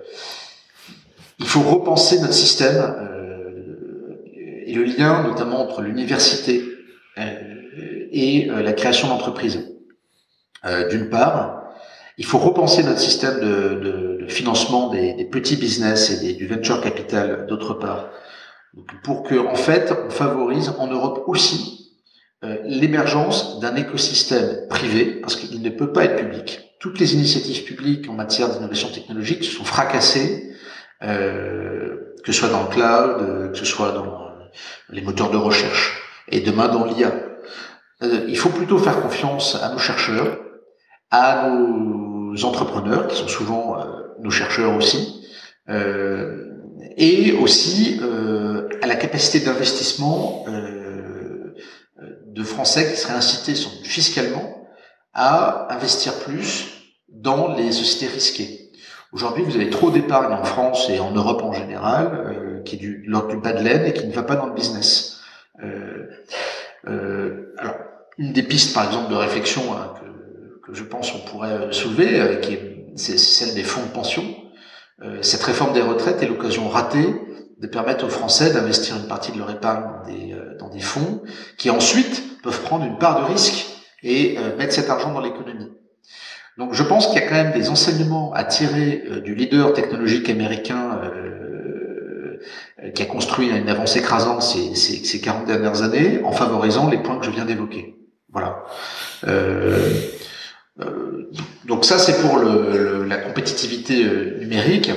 il faut repenser notre système euh, et le lien, notamment entre l'université euh, et euh, la création d'entreprises. Euh, d'une part, il faut repenser notre système de, de, de financement des, des petits business et des, du venture capital. D'autre part, donc, pour que, en fait, on favorise en Europe aussi euh, l'émergence d'un écosystème privé, parce qu'il ne peut pas être public. Toutes les initiatives publiques en matière d'innovation technologique se sont fracassées, euh, que ce soit dans le cloud, que ce soit dans les moteurs de recherche, et demain dans l'I A. Euh, il faut plutôt faire confiance à nos chercheurs, à nos entrepreneurs, qui sont souvent euh, nos chercheurs aussi, euh, et aussi euh, à la capacité d'investissement euh, de Français qui seraient incités sans doute fiscalement à investir plus dans les sociétés risquées. Aujourd'hui, vous avez trop d'épargne en France et en Europe en général, euh, qui est du, l'ordre du bas de laine et qui ne va pas dans le business. Euh, euh, alors, une des pistes, par exemple, de réflexion hein, que, que je pense on pourrait soulever, euh, qui est, c'est, c'est celle des fonds de pension. euh, cette réforme des retraites est l'occasion ratée de permettre aux Français d'investir une partie de leur épargne dans des, euh, dans des fonds qui ensuite peuvent prendre une part de risque et euh, mettre cet argent dans l'économie. Donc je pense qu'il y a quand même des enseignements à tirer euh, du leader technologique américain euh, euh, qui a construit une avance écrasante ces, ces, ces quarante dernières années en favorisant les points que je viens d'évoquer. Voilà. Euh, euh, donc ça c'est pour le, le, la compétitivité euh, numérique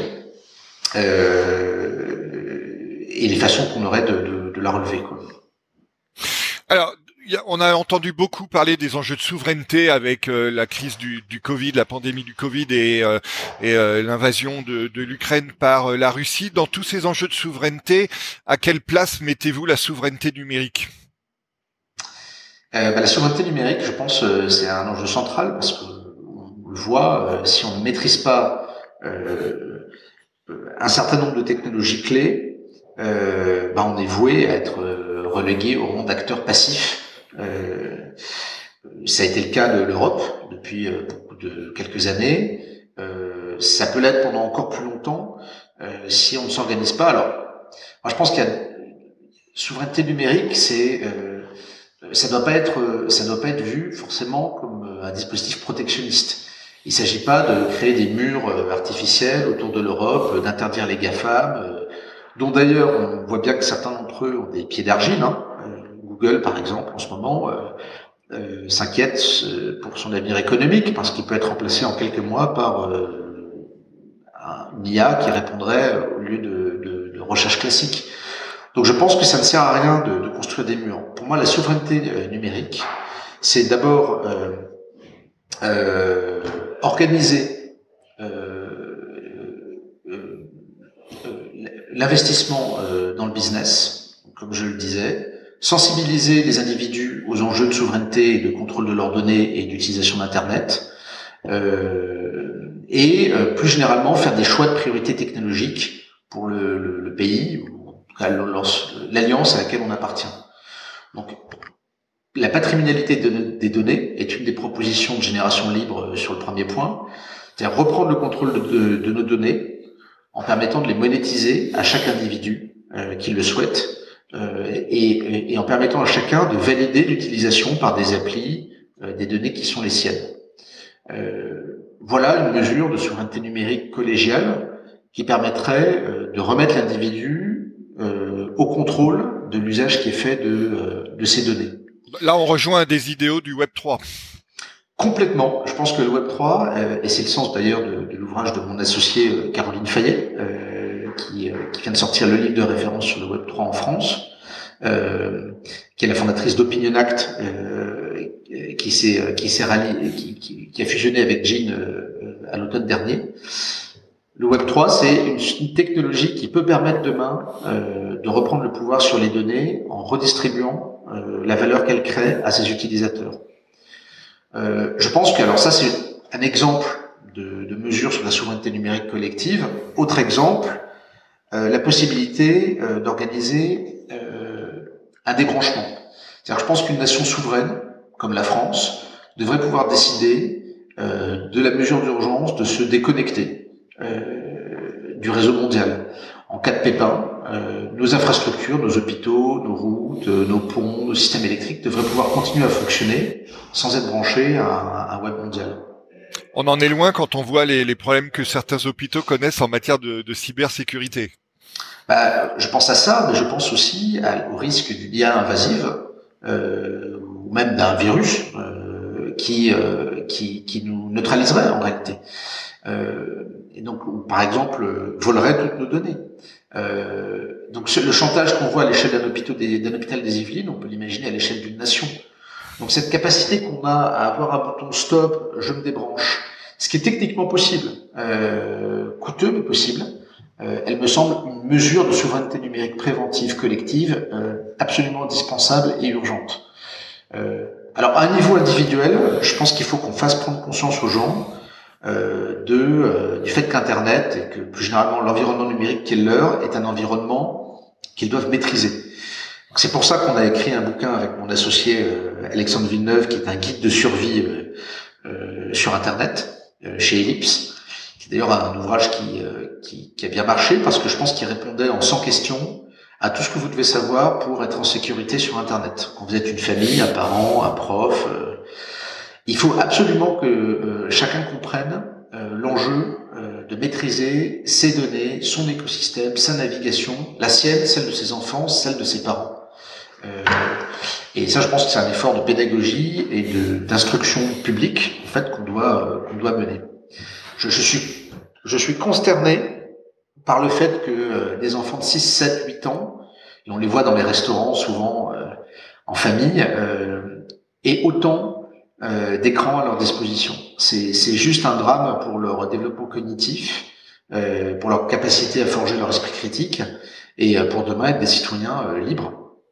euh, et les façons qu'on aurait de, de, de la relever, quoi. Alors, on a entendu beaucoup parler des enjeux de souveraineté avec euh, la crise du, du Covid, la pandémie du Covid et, euh, et euh, l'invasion de, de l'Ukraine par euh, la Russie. Dans tous ces enjeux de souveraineté, à quelle place mettez-vous la souveraineté numérique ? euh, bah, La souveraineté numérique, je pense, euh, c'est un enjeu central parce qu'on le voit, euh, si on ne maîtrise pas euh, un certain nombre de technologies clés, euh, bah, on est voué à être euh, relégué au rang d'acteur passif. Euh, ça a été le cas de l'Europe depuis euh, beaucoup de quelques années. Euh, ça peut l'être pendant encore plus longtemps euh, si on ne s'organise pas. Alors, moi, je pense qu'il y a souveraineté numérique, c'est euh, ça doit pas être ça doit pas être vu forcément comme un dispositif protectionniste. Il s'agit pas de créer des murs artificiels autour de l'Europe, d'interdire les GAFAM, euh, dont d'ailleurs on voit bien que certains d'entre eux ont des pieds d'argile, hein. Google, par exemple, en ce moment, euh, euh, s'inquiète pour son avenir économique parce qu'il peut être remplacé en quelques mois par euh, un I A qui répondrait au lieu de, de, de recherche classique. Donc je pense que ça ne sert à rien de, de construire des murs. Pour moi, la souveraineté euh, numérique, c'est d'abord euh, euh, organiser euh, euh, euh, l'investissement euh, dans le business, comme je le disais, sensibiliser les individus aux enjeux de souveraineté et de contrôle de leurs données et d'utilisation d'Internet, euh, et euh, plus généralement faire des choix de priorités technologiques pour le, le, le pays, ou en tout cas l'alliance à laquelle on appartient. Donc, la patrimonialité de, des données est une des propositions de génération libre sur le premier point, c'est-à-dire reprendre le contrôle de, de, de nos données en permettant de les monétiser à chaque individu euh, qui le souhaite. Euh, et, et en permettant à chacun de valider l'utilisation par des applis euh, des données qui sont les siennes. Euh, voilà une mesure de souveraineté numérique collégiale qui permettrait euh, de remettre l'individu euh, au contrôle de l'usage qui est fait de, euh, de ces données. Là, on rejoint des idéaux du Web trois. Complètement. Je pense que le Web trois, euh, et c'est le sens d'ailleurs de, de l'ouvrage de mon associée euh, Caroline Fayet, euh, Qui, euh, qui vient de sortir le livre de référence sur le Web trois en France, euh, qui est la fondatrice d'Opinion Act, euh, qui s'est qui s'est rallié, qui, qui, qui a fusionné avec Jean euh, à l'automne dernier. Le Web trois, c'est une, une technologie qui peut permettre demain euh, de reprendre le pouvoir sur les données en redistribuant euh, la valeur qu'elle crée à ses utilisateurs. Euh, je pense que, alors ça, c'est un exemple de, de mesure sur la souveraineté numérique collective. Autre exemple, Euh, la possibilité euh, d'organiser euh, un débranchement. C'est-à-dire, je pense qu'une nation souveraine, comme la France, devrait pouvoir décider euh, de la mesure d'urgence de se déconnecter euh, du réseau mondial. En cas de pépin, euh, nos infrastructures, nos hôpitaux, nos routes, nos ponts, nos systèmes électriques devraient pouvoir continuer à fonctionner sans être branchés à, à un web mondial. On en est loin quand on voit les, les problèmes que certains hôpitaux connaissent en matière de, de cybersécurité. Bah, je pense à ça, mais je pense aussi à, au risque d'une I A invasive euh, ou même d'un virus euh, qui, euh, qui qui nous neutraliserait en réalité. Euh, et donc, ou, par exemple, volerait toutes nos données. Euh, donc, le chantage qu'on voit à l'échelle d'un hôpital des, d'un hôpital des Yvelines, on peut l'imaginer à l'échelle d'une nation. Donc cette capacité qu'on a à avoir un bouton stop, je me débranche, ce qui est techniquement possible, euh, coûteux mais possible, euh, elle me semble une mesure de souveraineté numérique préventive collective euh, absolument indispensable et urgente. Euh, alors à un niveau individuel, je pense qu'il faut qu'on fasse prendre conscience aux gens euh, de euh, du fait qu'Internet et que plus généralement l'environnement numérique qui est leur est un environnement qu'ils doivent maîtriser. C'est pour ça qu'on a écrit un bouquin avec mon associé euh, Alexandre Villeneuve, qui est un guide de survie euh, euh, sur Internet, euh, chez Ellipse, qui C'est d'ailleurs un ouvrage qui, euh, qui, qui a bien marché parce que je pense qu'il répondait en cent questions à tout ce que vous devez savoir pour être en sécurité sur Internet. Quand vous êtes une famille, un parent, un prof, euh, il faut absolument que euh, chacun comprenne euh, l'enjeu euh, de maîtriser ses données, son écosystème, sa navigation, la sienne, celle de ses enfants, celle de ses parents. Euh, et ça, je pense que c'est un effort de pédagogie et de, d'instruction publique, en fait, qu'on doit, euh, qu'on doit mener. Je, je suis, je suis consterné par le fait que euh, des enfants de six, sept, huit ans, et on les voit dans les restaurants souvent euh, en famille, euh, aient autant euh, d'écrans à leur disposition. C'est, c'est juste un drame pour leur développement cognitif, euh, pour leur capacité à forger leur esprit critique et euh, pour demain être des citoyens euh, libres.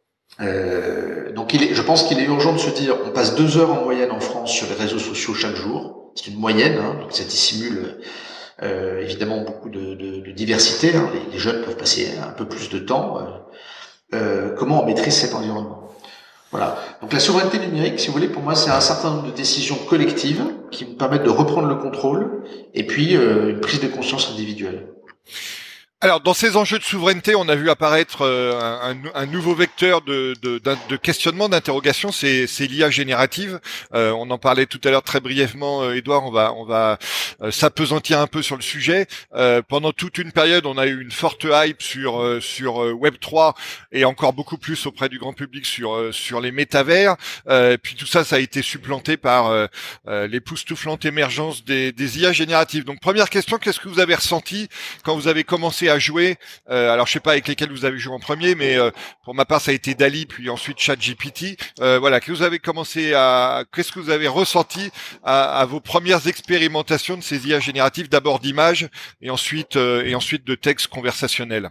Euh, donc il est, je pense qu'il est urgent de se dire, on passe deux heures en moyenne en France sur les réseaux sociaux chaque jour. C'est une moyenne, hein, donc ça dissimule euh, évidemment beaucoup de, de, de diversité. Hein. Les, les jeunes peuvent passer un peu plus de temps. Euh, euh, comment on maîtrise cet environnement? Voilà. Donc la souveraineté numérique, si vous voulez, pour moi, c'est un certain nombre de décisions collectives qui me permettent de reprendre le contrôle et puis euh, une prise de conscience individuelle. Alors, dans ces enjeux de souveraineté, on a vu apparaître euh, un, un nouveau vecteur de, de, de questionnement, d'interrogation, c'est, c'est l'I A générative. Euh, on en parlait tout à l'heure très brièvement, euh, Édouard, on va, on va euh, s'apesantir un peu sur le sujet. Euh, pendant toute une période, on a eu une forte hype sur euh, sur euh, Web trois et encore beaucoup plus auprès du grand public sur euh, sur les métavers. Euh, puis tout ça, ça a été supplanté par euh, euh, l'époustouflante émergence des, des I A génératives. Donc, première question, qu'est-ce que vous avez ressenti quand vous avez commencé à jouer, euh, alors je sais pas avec lesquels vous avez joué en premier, mais euh, pour ma part ça a été DALL-E puis ensuite ChatGPT. Euh, voilà, que vous avez commencé à, qu'est-ce que vous avez ressenti à, à vos premières expérimentations de ces I A génératives, d'abord d'images et ensuite euh, et ensuite de textes conversationnels?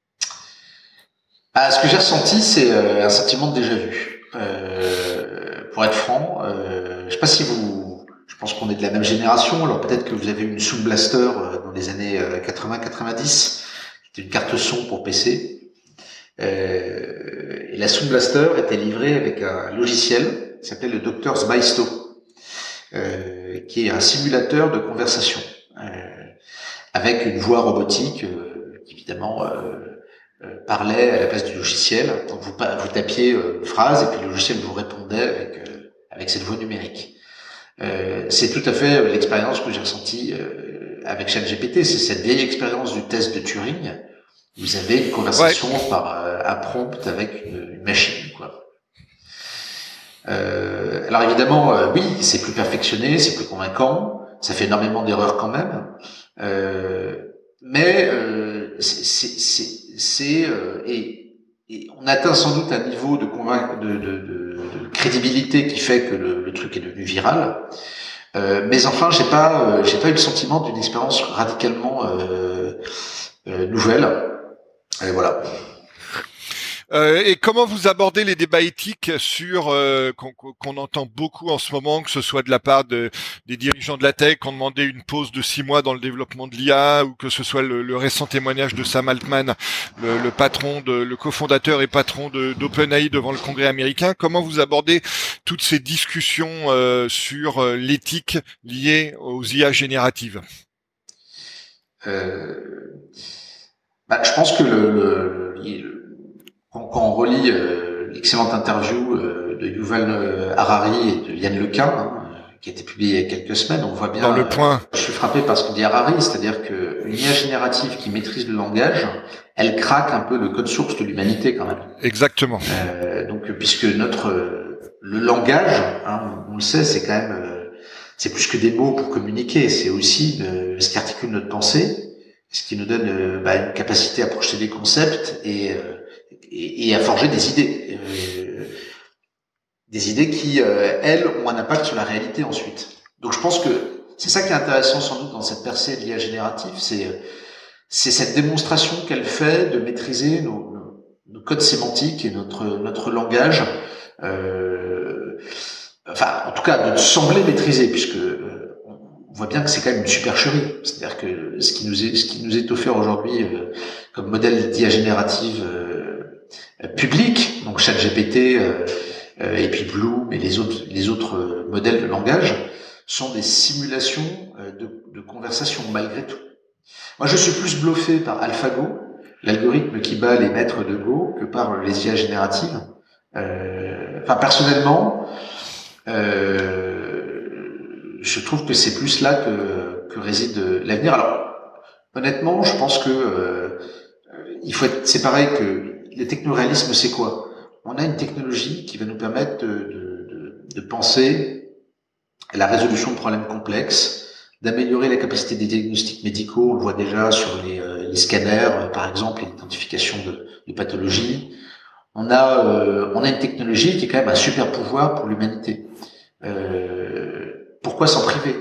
Ah, ce que j'ai ressenti, c'est euh, un sentiment de déjà vu. Euh, pour être franc, euh, je sais pas si vous je pense qu'on est de la même génération, alors peut-être que vous avez eu une Sound Blaster dans les années quatre-vingts quatre-vingt-dix, qui était une carte son pour P C. Euh, et la Sound Blaster était livrée avec un logiciel qui s'appelait le Doctor's Maisto, euh, qui est un simulateur de conversation, euh, avec une voix robotique euh, qui évidemment euh, euh, parlait à la place du logiciel. Donc vous, vous tapiez une phrase et puis le logiciel vous répondait avec, euh, avec cette voix numérique. Euh, c'est tout à fait l'expérience que j'ai ressentie euh, avec ChatGPT. C'est cette vieille expérience du test de Turing. Vous avez une conversation ouais. par euh, un prompt avec une, une machine, quoi. Euh, alors évidemment, euh, oui, c'est plus perfectionné, c'est plus convaincant. Ça fait énormément d'erreurs quand même. Euh, mais euh, c'est, c'est, c'est, c'est euh, et, et on atteint sans doute un niveau de convainc- de, de, de, de crédibilité qui fait que le, le truc est devenu viral. Euh, mais enfin, j'ai pas, euh, j'ai pas eu le sentiment d'une expérience radicalement euh, euh, nouvelle. Et voilà. Euh, et comment vous abordez les débats éthiques sur euh, qu'on, qu'on entend beaucoup en ce moment, que ce soit de la part de, des dirigeants de la tech qui ont demandé une pause de six mois dans le développement de l'I A, ou que ce soit le, le récent témoignage de Sam Altman, le, le patron, de, le cofondateur et patron de, d'OpenAI devant le Congrès américain. Comment vous abordez toutes ces discussions euh, sur euh, l'éthique liée aux I A génératives? euh, bah, Je pense que le, le, le Quand, quand on relit euh, l'excellente interview euh, de Yuval Harari et de Yann Lequin, hein, qui a été publiée il y a quelques semaines, on voit bien. Dans le point. Euh, je suis frappé par ce que dit Harari, c'est-à-dire que une I A générative qui maîtrise le langage, elle craque un peu le code source de l'humanité quand même. Exactement. Euh, donc, puisque notre le langage, hein, on le sait, c'est quand même, euh, c'est plus que des mots pour communiquer, c'est aussi euh, ce qui articule notre pensée, ce qui nous donne euh, bah, une capacité à projeter des concepts et euh, Et, et à forger des idées, euh, des idées qui, euh, elles, ont un impact sur la réalité ensuite. Donc je pense que c'est ça qui est intéressant sans doute dans cette percée de l'I A générative, c'est, c'est cette démonstration qu'elle fait de maîtriser nos, nos, nos codes sémantiques et notre, notre langage, euh, enfin en tout cas de sembler maîtriser, puisque euh, on voit bien que c'est quand même une supercherie. C'est-à-dire que ce qui nous est, ce qui nous est offert aujourd'hui euh, comme modèle d'I A générative euh, public, donc ChatGPT euh, euh, et puis Bloom et les autres les autres modèles de langage sont des simulations de, de conversation malgré tout. Moi, je suis plus bluffé par AlphaGo, l'algorithme qui bat les maîtres de Go, que par les I A génératives. Euh, enfin, personnellement, euh, je trouve que c'est plus là que, que réside l'avenir. Alors, honnêtement, je pense que euh, il faut être. C'est pareil que le technoréalisme, c'est quoi? On a une technologie qui va nous permettre de, de, de, de penser à la résolution de problèmes complexes, d'améliorer la capacité des diagnostics médicaux. On le voit déjà sur les, euh, les scanners, par exemple, l'identification de, de pathologies. On a, euh, on a une technologie qui est quand même un super pouvoir pour l'humanité. Euh, pourquoi s'en priver?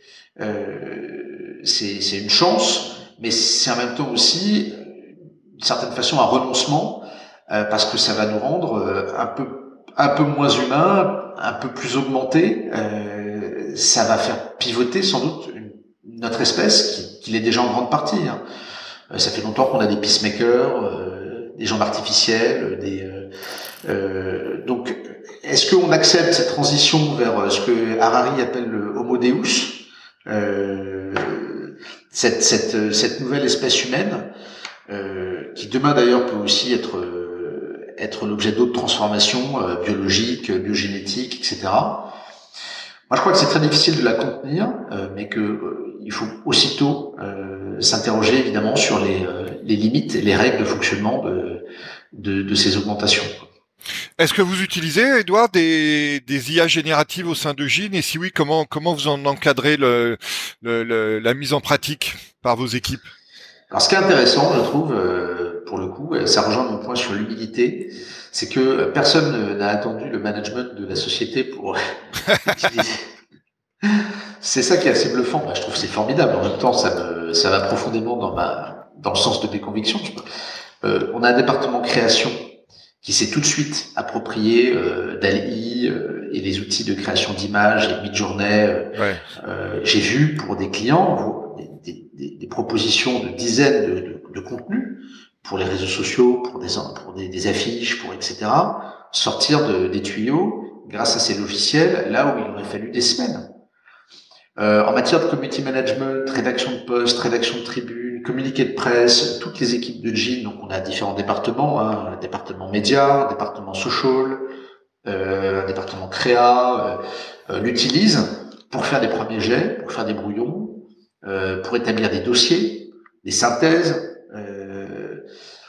euh, c'est, c'est une chance, mais c'est en même temps aussi, d'une certaine façon, un renoncement, euh, parce que ça va nous rendre euh, un peu, un peu moins humains, un peu plus augmentés. Euh, ça va faire pivoter sans doute une, notre espèce, qui, qui l'est déjà en grande partie. Hein. Euh, ça fait longtemps qu'on a des peacemakers, euh, des jambes artificielles, des euh, euh, donc est-ce qu'on accepte cette transition vers ce que Harari appelle le Homo Deus, euh, cette, cette, cette nouvelle espèce humaine, euh, qui demain d'ailleurs peut aussi être, euh, être l'objet d'autres transformations euh, biologiques, biogénétiques, et cetera. Moi, je crois que c'est très difficile de la contenir, euh, mais que euh, il faut aussitôt euh, s'interroger évidemment sur les, euh, les limites et les règles de fonctionnement de, de, de ces augmentations. Est-ce que vous utilisez, Edouard, des, des I A génératives au sein de Gine? Et si oui, comment, comment vous en encadrez le, le, le, la mise en pratique par vos équipes? Alors, ce qui est intéressant, je trouve, euh, pour le coup, ça rejoint mon point sur l'humilité, c'est que personne n'a attendu le management de la société pour utiliser. C'est ça qui est assez bluffant. Je trouve que c'est formidable. En même temps, ça me, ça va profondément dans ma, dans le sens de mes convictions. Euh, on a un département création qui s'est tout de suite approprié euh, D A L L-E euh, et les outils de création d'images et Midjourney. Euh, ouais. euh, j'ai vu pour des clients des, des, des propositions de dizaines de, de, de contenus pour les réseaux sociaux, pour des, pour des, des affiches, pour et cetera, sortir de, des tuyaux grâce à ces logiciels là où il aurait fallu des semaines. Euh, en matière de community management, rédaction de posts, rédaction de tribunes, communiqué de presse, toutes les équipes de Gine, donc on a différents départements, hein, un département média, un département social, euh, un département créa, euh, euh, l'utilisent pour faire des premiers jets, pour faire des brouillons, euh, pour établir des dossiers, des synthèses. Euh...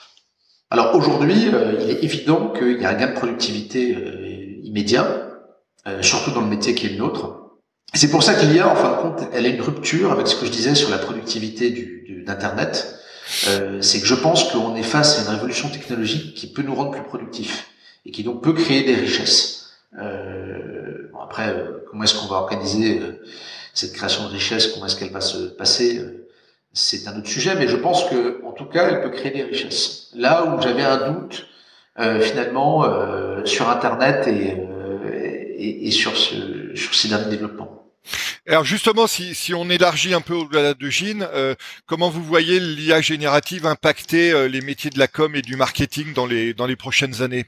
Alors aujourd'hui, euh, il est évident qu'il y a un gain de productivité euh, immédiat, euh, surtout dans le métier qui est le nôtre. C'est pour ça qu'il y a, en fin de compte, elle a une rupture avec ce que je disais sur la productivité du, du, d'Internet. Euh, c'est que je pense qu'on est face à une révolution technologique qui peut nous rendre plus productifs et qui donc peut créer des richesses. Euh, bon après, euh, comment est-ce qu'on va organiser euh, cette création de richesses, comment est-ce qu'elle va se passer, euh, c'est un autre sujet, mais je pense que, en tout cas, elle peut créer des richesses. Là où j'avais un doute, euh, finalement, euh, sur Internet et, euh, et, et sur, ce, sur ces derniers développements. Alors justement, si, si on élargit un peu au-delà de Gine, euh, comment vous voyez l'I A générative impacter euh, les métiers de la com et du marketing dans les dans les prochaines années?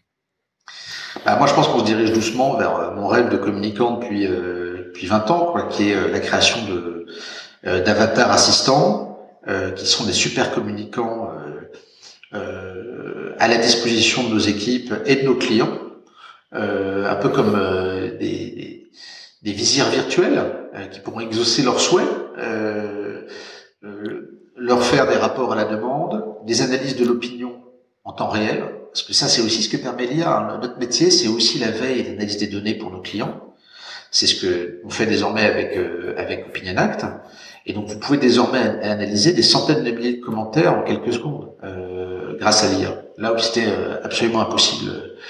Bah, moi, je pense qu'on se dirige doucement vers euh, mon rêve de communicant depuis euh, depuis vingt ans, quoi, qui est euh, la création de euh, d'avatars assistants, euh, qui sont des super communicants euh, euh, à la disposition de nos équipes et de nos clients, euh, un peu comme euh, des, des des visières virtuels euh, qui pourront exaucer leurs souhaits, euh, euh, leur faire des rapports à la demande, des analyses de l'opinion en temps réel, parce que ça c'est aussi ce que permet l'I A. Hein. Notre métier, c'est aussi la veille et l'analyse des données pour nos clients. C'est ce que on fait désormais avec euh, avec OpinionAct. Et donc vous pouvez désormais analyser des centaines de milliers de commentaires en quelques secondes euh, grâce à l'I A. Là où c'était euh, absolument impossible.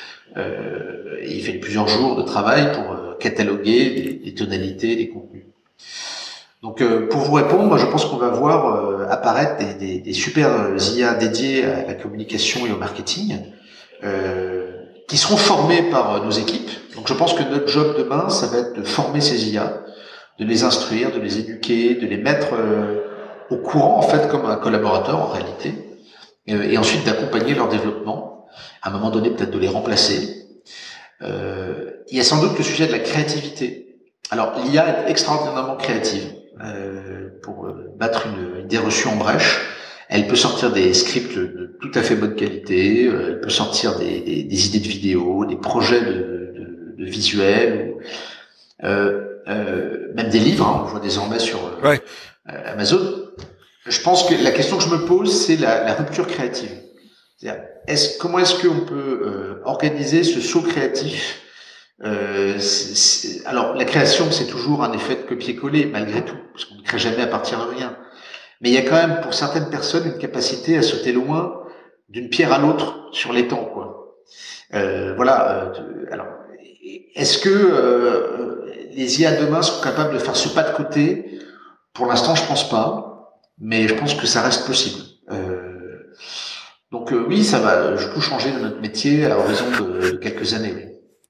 Euh, et il fait plusieurs jours de travail pour euh, cataloguer des, des tonalités, des contenus. Donc, euh, pour vous répondre, moi, je pense qu'on va voir euh, apparaître des, des, des super I A dédiés à la communication et au marketing, euh, qui seront formés par nos équipes. Donc, je pense que notre job demain, ça va être de former ces I A, de les instruire, de les éduquer, de les mettre euh, au courant, en fait, comme un collaborateur en réalité, euh, et ensuite d'accompagner leur développement. À un moment donné, peut-être de les remplacer. Euh, il y a sans doute le sujet de la créativité. Alors, l'I A est extraordinairement créative euh, pour battre une idée reçue en brèche. Elle peut sortir des scripts de tout à fait bonne qualité, euh, elle peut sortir des, des, des idées de vidéos, des projets de, de, de visuels, ou, euh, euh, même des livres, hein, on le voit désormais sur euh, ouais. euh, Amazon. Je pense que la question que je me pose, c'est la, la rupture créative. C'est-à-dire, est-ce, comment est-ce qu'on peut euh, organiser ce saut créatif? euh, c'est, c'est, Alors, la création, c'est toujours un effet de copier-coller, malgré tout, parce qu'on ne crée jamais à partir de rien. Mais il y a quand même, pour certaines personnes, une capacité à sauter loin d'une pierre à l'autre sur les temps, quoi. Euh, voilà. Euh, alors, est-ce que euh, les I A demain sont capables de faire ce pas de côté? Pour l'instant, je pense pas, mais je pense que ça reste possible. Euh, donc euh, oui, ça va tout changer de notre métier à l'horizon de, de quelques années. Oui.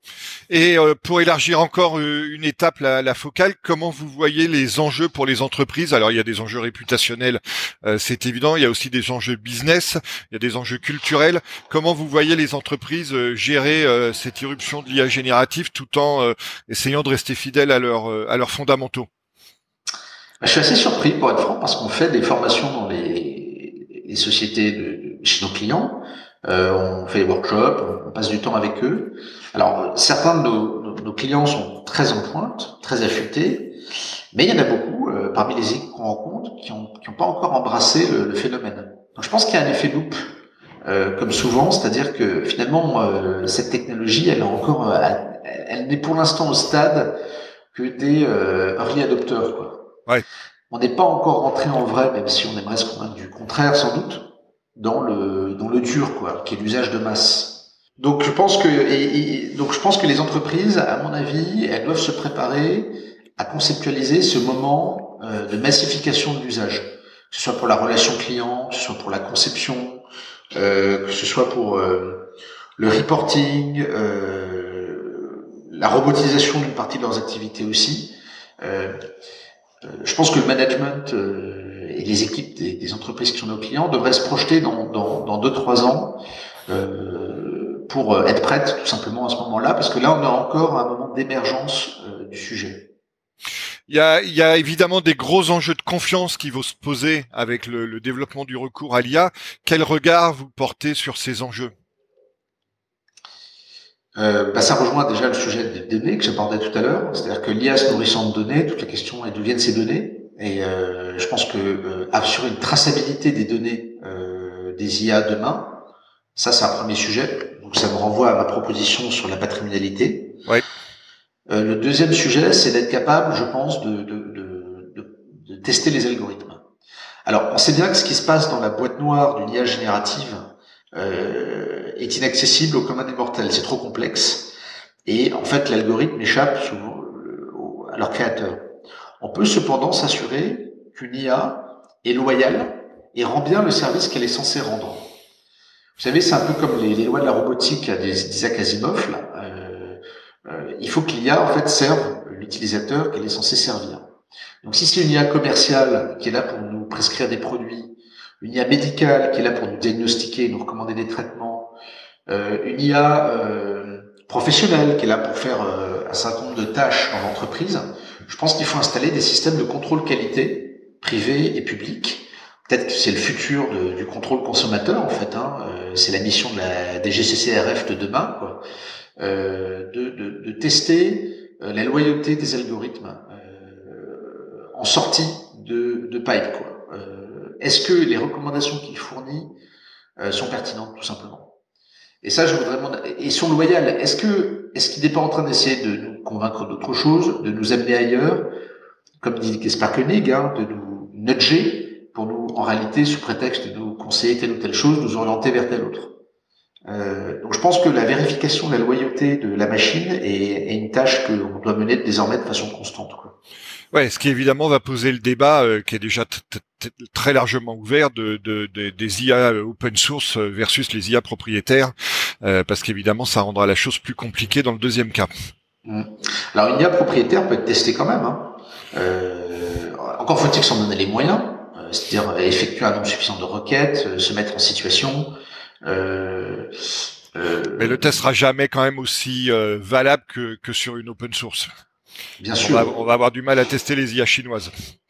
Et euh, pour élargir encore euh, une étape la, la focale, comment vous voyez les enjeux pour les entreprises? Alors il y a des enjeux réputationnels, euh, c'est évident. Il y a aussi des enjeux business, il y a des enjeux culturels. Comment vous voyez les entreprises euh, gérer euh, cette irruption de l'I A générative tout en euh, essayant de rester fidèles à, leur, euh, à leurs fondamentaux? Je suis assez surpris, pour être franc, parce qu'on fait des formations dans les, les sociétés de, de, chez nos clients. Euh, on fait des workshops, on passe du temps avec eux. Alors, certains de nos, nos, nos clients sont très en pointe, très affûtés, mais il y en a beaucoup, euh, parmi les équipes qu'on rencontre, qui n'ont qui ont pas encore embrassé le, le phénomène. Donc, je pense qu'il y a un effet loop, euh, comme souvent, c'est-à-dire que finalement, euh, cette technologie, elle est encore, euh, elle, elle n'est pour l'instant au stade que des euh, early adopters, quoi. Ouais. On n'est pas encore rentré en vrai, même si on aimerait se convaincre du contraire, sans doute, dans le dans le dur, quoi, qui est l'usage de masse. Donc je pense que et, et, donc je pense que les entreprises, à mon avis, elles doivent se préparer à conceptualiser ce moment euh, de massification de l'usage, que ce soit pour la relation client, que ce soit pour la conception, euh, que ce soit pour euh, le reporting, euh, la robotisation d'une partie de leurs activités aussi. Euh, euh, je pense que le management euh, et les équipes des, des entreprises qui sont nos clients devraient se projeter dans dans, dans deux trois ans. Euh, pour être prête tout simplement à ce moment-là, parce que là on est encore à un moment d'émergence euh, du sujet. Il y a, il y a évidemment des gros enjeux de confiance qui vont se poser avec le, le développement du recours à l'I A. Quel regard vous portez sur ces enjeux? Euh, bah ça rejoint déjà le sujet des données que j'abordais tout à l'heure, c'est-à-dire que l'I A se nourrissant de données, toute la question est d'où viennent ces données, et euh, je pense que euh, assurer une traçabilité des données euh, des I A demain, ça c'est un premier sujet. Donc ça me renvoie à ma proposition sur la patrimonialité. Ouais. Euh, le deuxième sujet, c'est d'être capable, je pense, de, de, de, de, de tester les algorithmes. Alors, on sait bien que ce qui se passe dans la boîte noire d'une I A générative euh, est inaccessible au commun des mortels. C'est trop complexe. Et en fait, l'algorithme échappe souvent à leur créateur. On peut cependant s'assurer qu'une I A est loyale et rend bien le service qu'elle est censée rendre. Vous savez, c'est un peu comme les, les lois de la robotique d'Isaac Asimov. Là. Euh, euh, il faut que l'I A en fait serve l'utilisateur qu'elle est censée servir. Donc, si c'est une I A commerciale qui est là pour nous prescrire des produits, une I A médicale qui est là pour nous diagnostiquer, nous recommander des traitements, euh, une I A euh, professionnelle qui est là pour faire euh, un certain nombre de tâches dans l'entreprise, je pense qu'il faut installer des systèmes de contrôle qualité privés et publics. Peut-être que c'est le futur de, du contrôle consommateur, en fait. Hein. Euh, c'est la mission de la D G C C R F de demain, quoi. Euh, de, de, de tester euh, la loyauté des algorithmes euh, en sortie de, de pipe, quoi. Euh, est-ce que les recommandations qu'il fournit euh, sont pertinentes, tout simplement? Et ça, je voudrais demander. Et sont loyales. Est-ce que est-ce qu'il n'est pas en train d'essayer de nous convaincre d'autre chose, de nous amener ailleurs, comme dit Gaspard Koenig, hein, de nous nudger pour nous, en réalité, sous prétexte de nous conseiller telle ou telle chose, nous orienter vers telle autre. Euh, donc je pense que la vérification de la loyauté de la machine est, est une tâche qu'on doit mener désormais de façon constante, quoi. Ouais, ce qui évidemment va poser le débat euh, qui est déjà t- t- très largement ouvert de, de, de des I A open source versus les I A propriétaires, euh, parce qu'évidemment ça rendra la chose plus compliquée dans le deuxième cas. Mmh. Alors une I A propriétaire peut être testée quand même. Hein. Euh, encore faut-il s'en donner les moyens. C'est-à-dire effectuer un nombre suffisant de requêtes, euh, se mettre en situation. Euh, euh, Mais le test sera jamais quand même aussi euh, valable que, que sur une open source. Bien on sûr. Va, on va avoir du mal à tester les I A chinoises.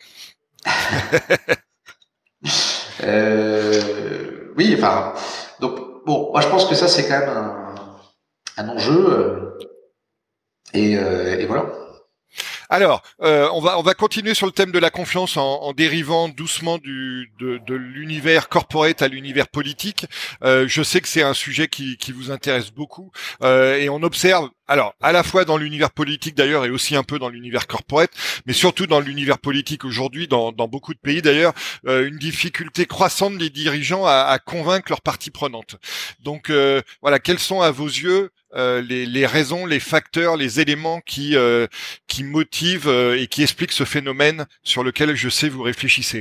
euh, oui, enfin, donc bon, moi je pense que ça c'est quand même un, un enjeu euh, et, euh, et voilà. Alors, euh, on va on va continuer sur le thème de la confiance en, en dérivant doucement du de, de l'univers corporate à l'univers politique. Euh, je sais que c'est un sujet qui qui vous intéresse beaucoup euh, et on observe alors à la fois dans l'univers politique d'ailleurs et aussi un peu dans l'univers corporate, mais surtout dans l'univers politique aujourd'hui, dans dans beaucoup de pays d'ailleurs, euh, une difficulté croissante des dirigeants à, à convaincre leurs parties prenantes. Donc euh, voilà, quels sont à vos yeux euh, les, les raisons, les facteurs, les éléments qui euh, qui motivent euh, et qui expliquent ce phénomène sur lequel je sais vous réfléchissez?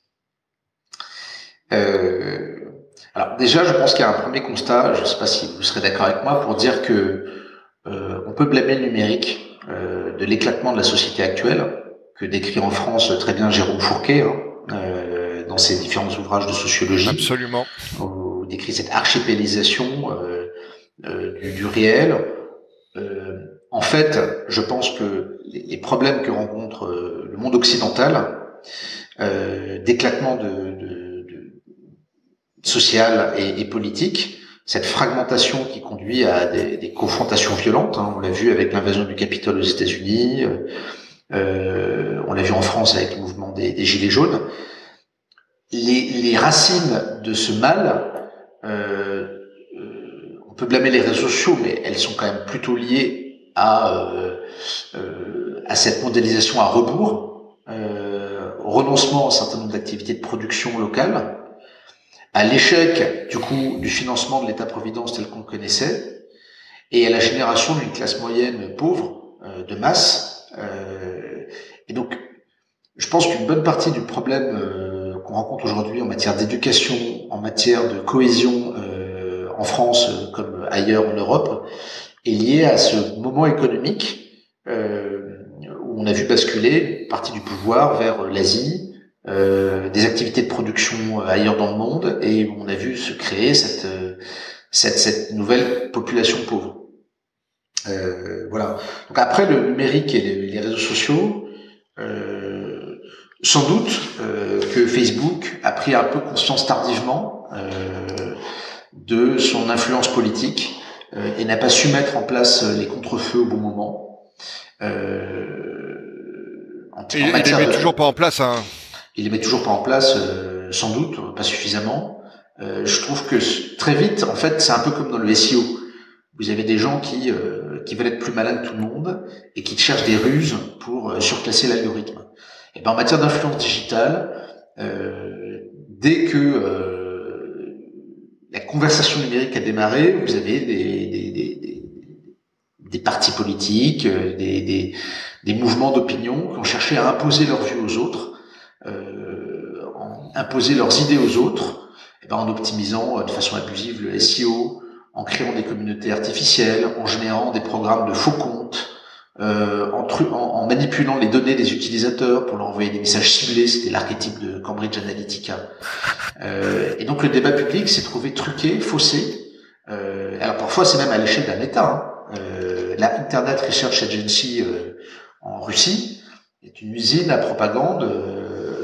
Euh, alors déjà, je pense qu'il y a un premier constat. Je ne sais pas si vous serez d'accord avec moi pour dire que euh, on peut blâmer le numérique euh, de l'éclatement de la société actuelle, que décrit en France très bien Jérôme Fourquet hein, euh, dans ses différents ouvrages de sociologie. Absolument. Où il décrit cette archipélisation euh, euh, du, du réel. Euh, en fait, je pense que les, les problèmes que rencontre euh, le monde occidental, euh, d'éclatement de, de, de social et, et politique, cette fragmentation qui conduit à des, des confrontations violentes, hein, on l'a vu avec l'invasion du Capitole aux États-Unis, euh, on l'a vu en France avec le mouvement des, des Gilets jaunes. Les, les racines de ce mal, euh, euh, on peut blâmer les réseaux sociaux, mais elles sont quand même plutôt liées à, euh, euh, à cette mondialisation à rebours, euh, au renoncement à un certain nombre d'activités de production locales, à l'échec du coup du financement de l'État-providence tel qu'on le connaissait, et à la génération d'une classe moyenne pauvre euh, de masse. Euh, et donc, je pense qu'une bonne partie du problème euh, qu'on rencontre aujourd'hui en matière d'éducation, en matière de cohésion euh, en France euh, comme ailleurs en Europe, est liée à ce moment économique euh, où on a vu basculer une partie du pouvoir vers l'Asie, Euh, des activités de production ailleurs dans le monde, et on a vu se créer cette cette, cette nouvelle population pauvre. Euh, voilà. Donc après le numérique et les, les réseaux sociaux, euh, sans doute euh, que Facebook a pris un peu conscience tardivement euh, de son influence politique euh, et n'a pas su mettre en place les contre-feux au bon moment. Euh, en, et, en il les met de... toujours pas en place, hein. Il les met toujours pas en place, euh, sans doute, pas suffisamment. Euh, je trouve que très vite, en fait, c'est un peu comme dans le S E O. Vous avez des gens qui euh, qui veulent être plus malins que tout le monde et qui cherchent des ruses pour euh, surclasser l'algorithme. Et ben en matière d'influence digitale, euh, dès que euh, la conversation numérique a démarré, vous avez des des des, des, des partis politiques, des des, des mouvements d'opinion qui ont cherché à imposer leur vue aux autres. Euh, en imposer leurs idées aux autres, et ben en optimisant euh, de façon abusive le S E O, en créant des communautés artificielles, en générant des programmes de faux comptes, euh, en, tru- en, en manipulant les données des utilisateurs pour leur envoyer des messages ciblés. C'était l'archétype de Cambridge Analytica. Euh, et donc le débat public s'est trouvé truqué, faussé. Euh, alors parfois c'est même à l'échelle d'un État. Hein. Euh, la Internet Research Agency euh, en Russie est une usine à propagande euh,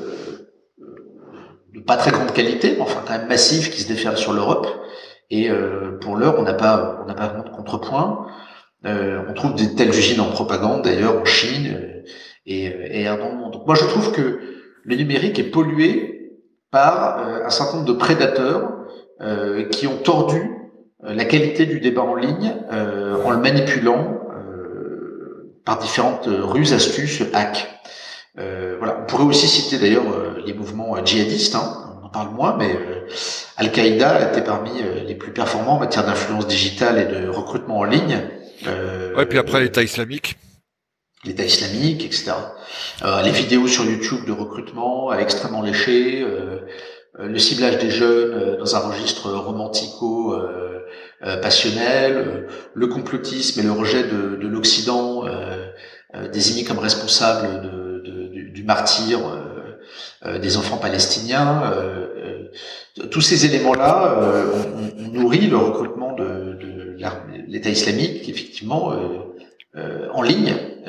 de pas très grande qualité, mais enfin quand même massive, qui se déferle sur l'Europe. Et euh, pour l'heure, on n'a pas, on n'a pas vraiment de contrepoint. Euh, on trouve des telles usines en propagande, d'ailleurs en Chine euh, et, et ailleurs dans le monde. Donc moi, je trouve que le numérique est pollué par euh, un certain nombre de prédateurs euh, qui ont tordu euh, la qualité du débat en ligne euh, en le manipulant euh, par différentes ruses, astuces, hacks. Euh, voilà. On pourrait aussi citer d'ailleurs euh, les mouvements euh, djihadistes, hein. On en parle moins, mais euh, Al-Qaïda était parmi euh, les plus performants en matière d'influence digitale et de recrutement en ligne. Euh, ouais, puis après l'État islamique. L'État islamique, et cetera. Euh, les vidéos sur YouTube de recrutement extrêmement léchées, euh, euh, le ciblage des jeunes euh, dans un registre romantico euh, euh, passionnel, euh, le complotisme et le rejet de, de l'Occident euh, euh, désigné comme responsable de du martyr euh, euh, des enfants palestiniens, euh, euh, tous ces éléments-là euh, on, on nourrit le recrutement de, de l'État islamique, effectivement, euh, euh, en ligne,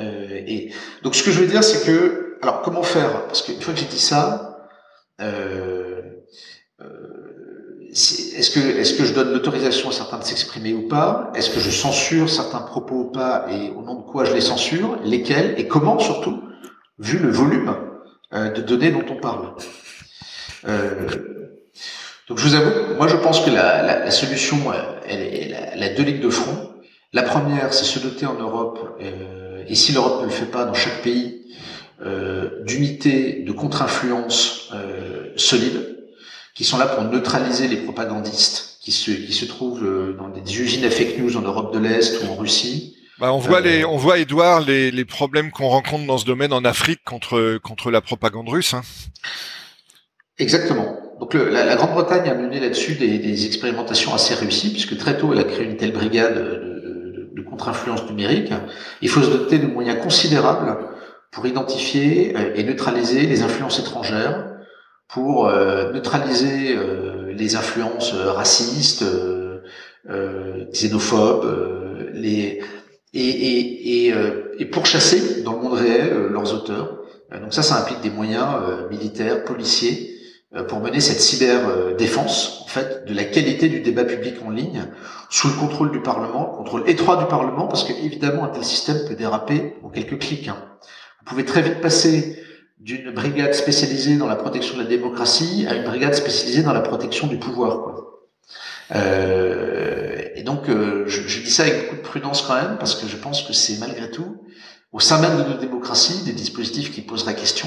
Euh, et donc ce que je veux dire, c'est que, alors comment faire? Parce qu'une fois que j'ai dit ça, euh, euh, est-ce que est-ce que je donne l'autorisation à certains de s'exprimer ou pas? Est-ce que je censure certains propos ou pas? Et au nom de quoi je les censure? Lesquels? Et comment surtout, vu le volume euh, de données dont on parle? Euh, donc je vous avoue, moi je pense que la, la, la solution, elle, elle, elle a deux lignes de front. La première, c'est se doter en Europe, euh, et si l'Europe ne le fait pas dans chaque pays, euh, d'unités de contre-influence euh, solides, qui sont là pour neutraliser les propagandistes qui se qui se trouvent dans des usines à fake news en Europe de l'Est ou en Russie. Bah, on voit euh, les, on voit Edouard les, les problèmes qu'on rencontre dans ce domaine en Afrique contre contre la propagande russe. Hein. Exactement. Donc le, la, la Grande-Bretagne a mené là-dessus des, des expérimentations assez réussies, puisque très tôt elle a créé une telle brigade de, de, de contre-influence numérique. Il faut se doter de moyens considérables pour identifier et neutraliser les influences étrangères, pour euh, neutraliser euh, les influences racistes, euh, euh, xénophobes, euh, les et et et, euh, et pour chasser dans le monde réel euh, leurs auteurs. Euh, donc ça, ça implique des moyens euh, militaires, policiers, euh, pour mener cette cyber euh, défense en fait de la qualité du débat public en ligne, sous le contrôle du Parlement, contrôle étroit du Parlement, parce que évidemment un tel système peut déraper en quelques clics. Hein. Vous pouvez très vite passer d'une brigade spécialisée dans la protection de la démocratie à une brigade spécialisée dans la protection du pouvoir, quoi. Euh, et donc, euh, je, je dis ça avec beaucoup de prudence quand même, parce que je pense que c'est malgré tout, au sein même de nos démocraties, des dispositifs qui poseraient question.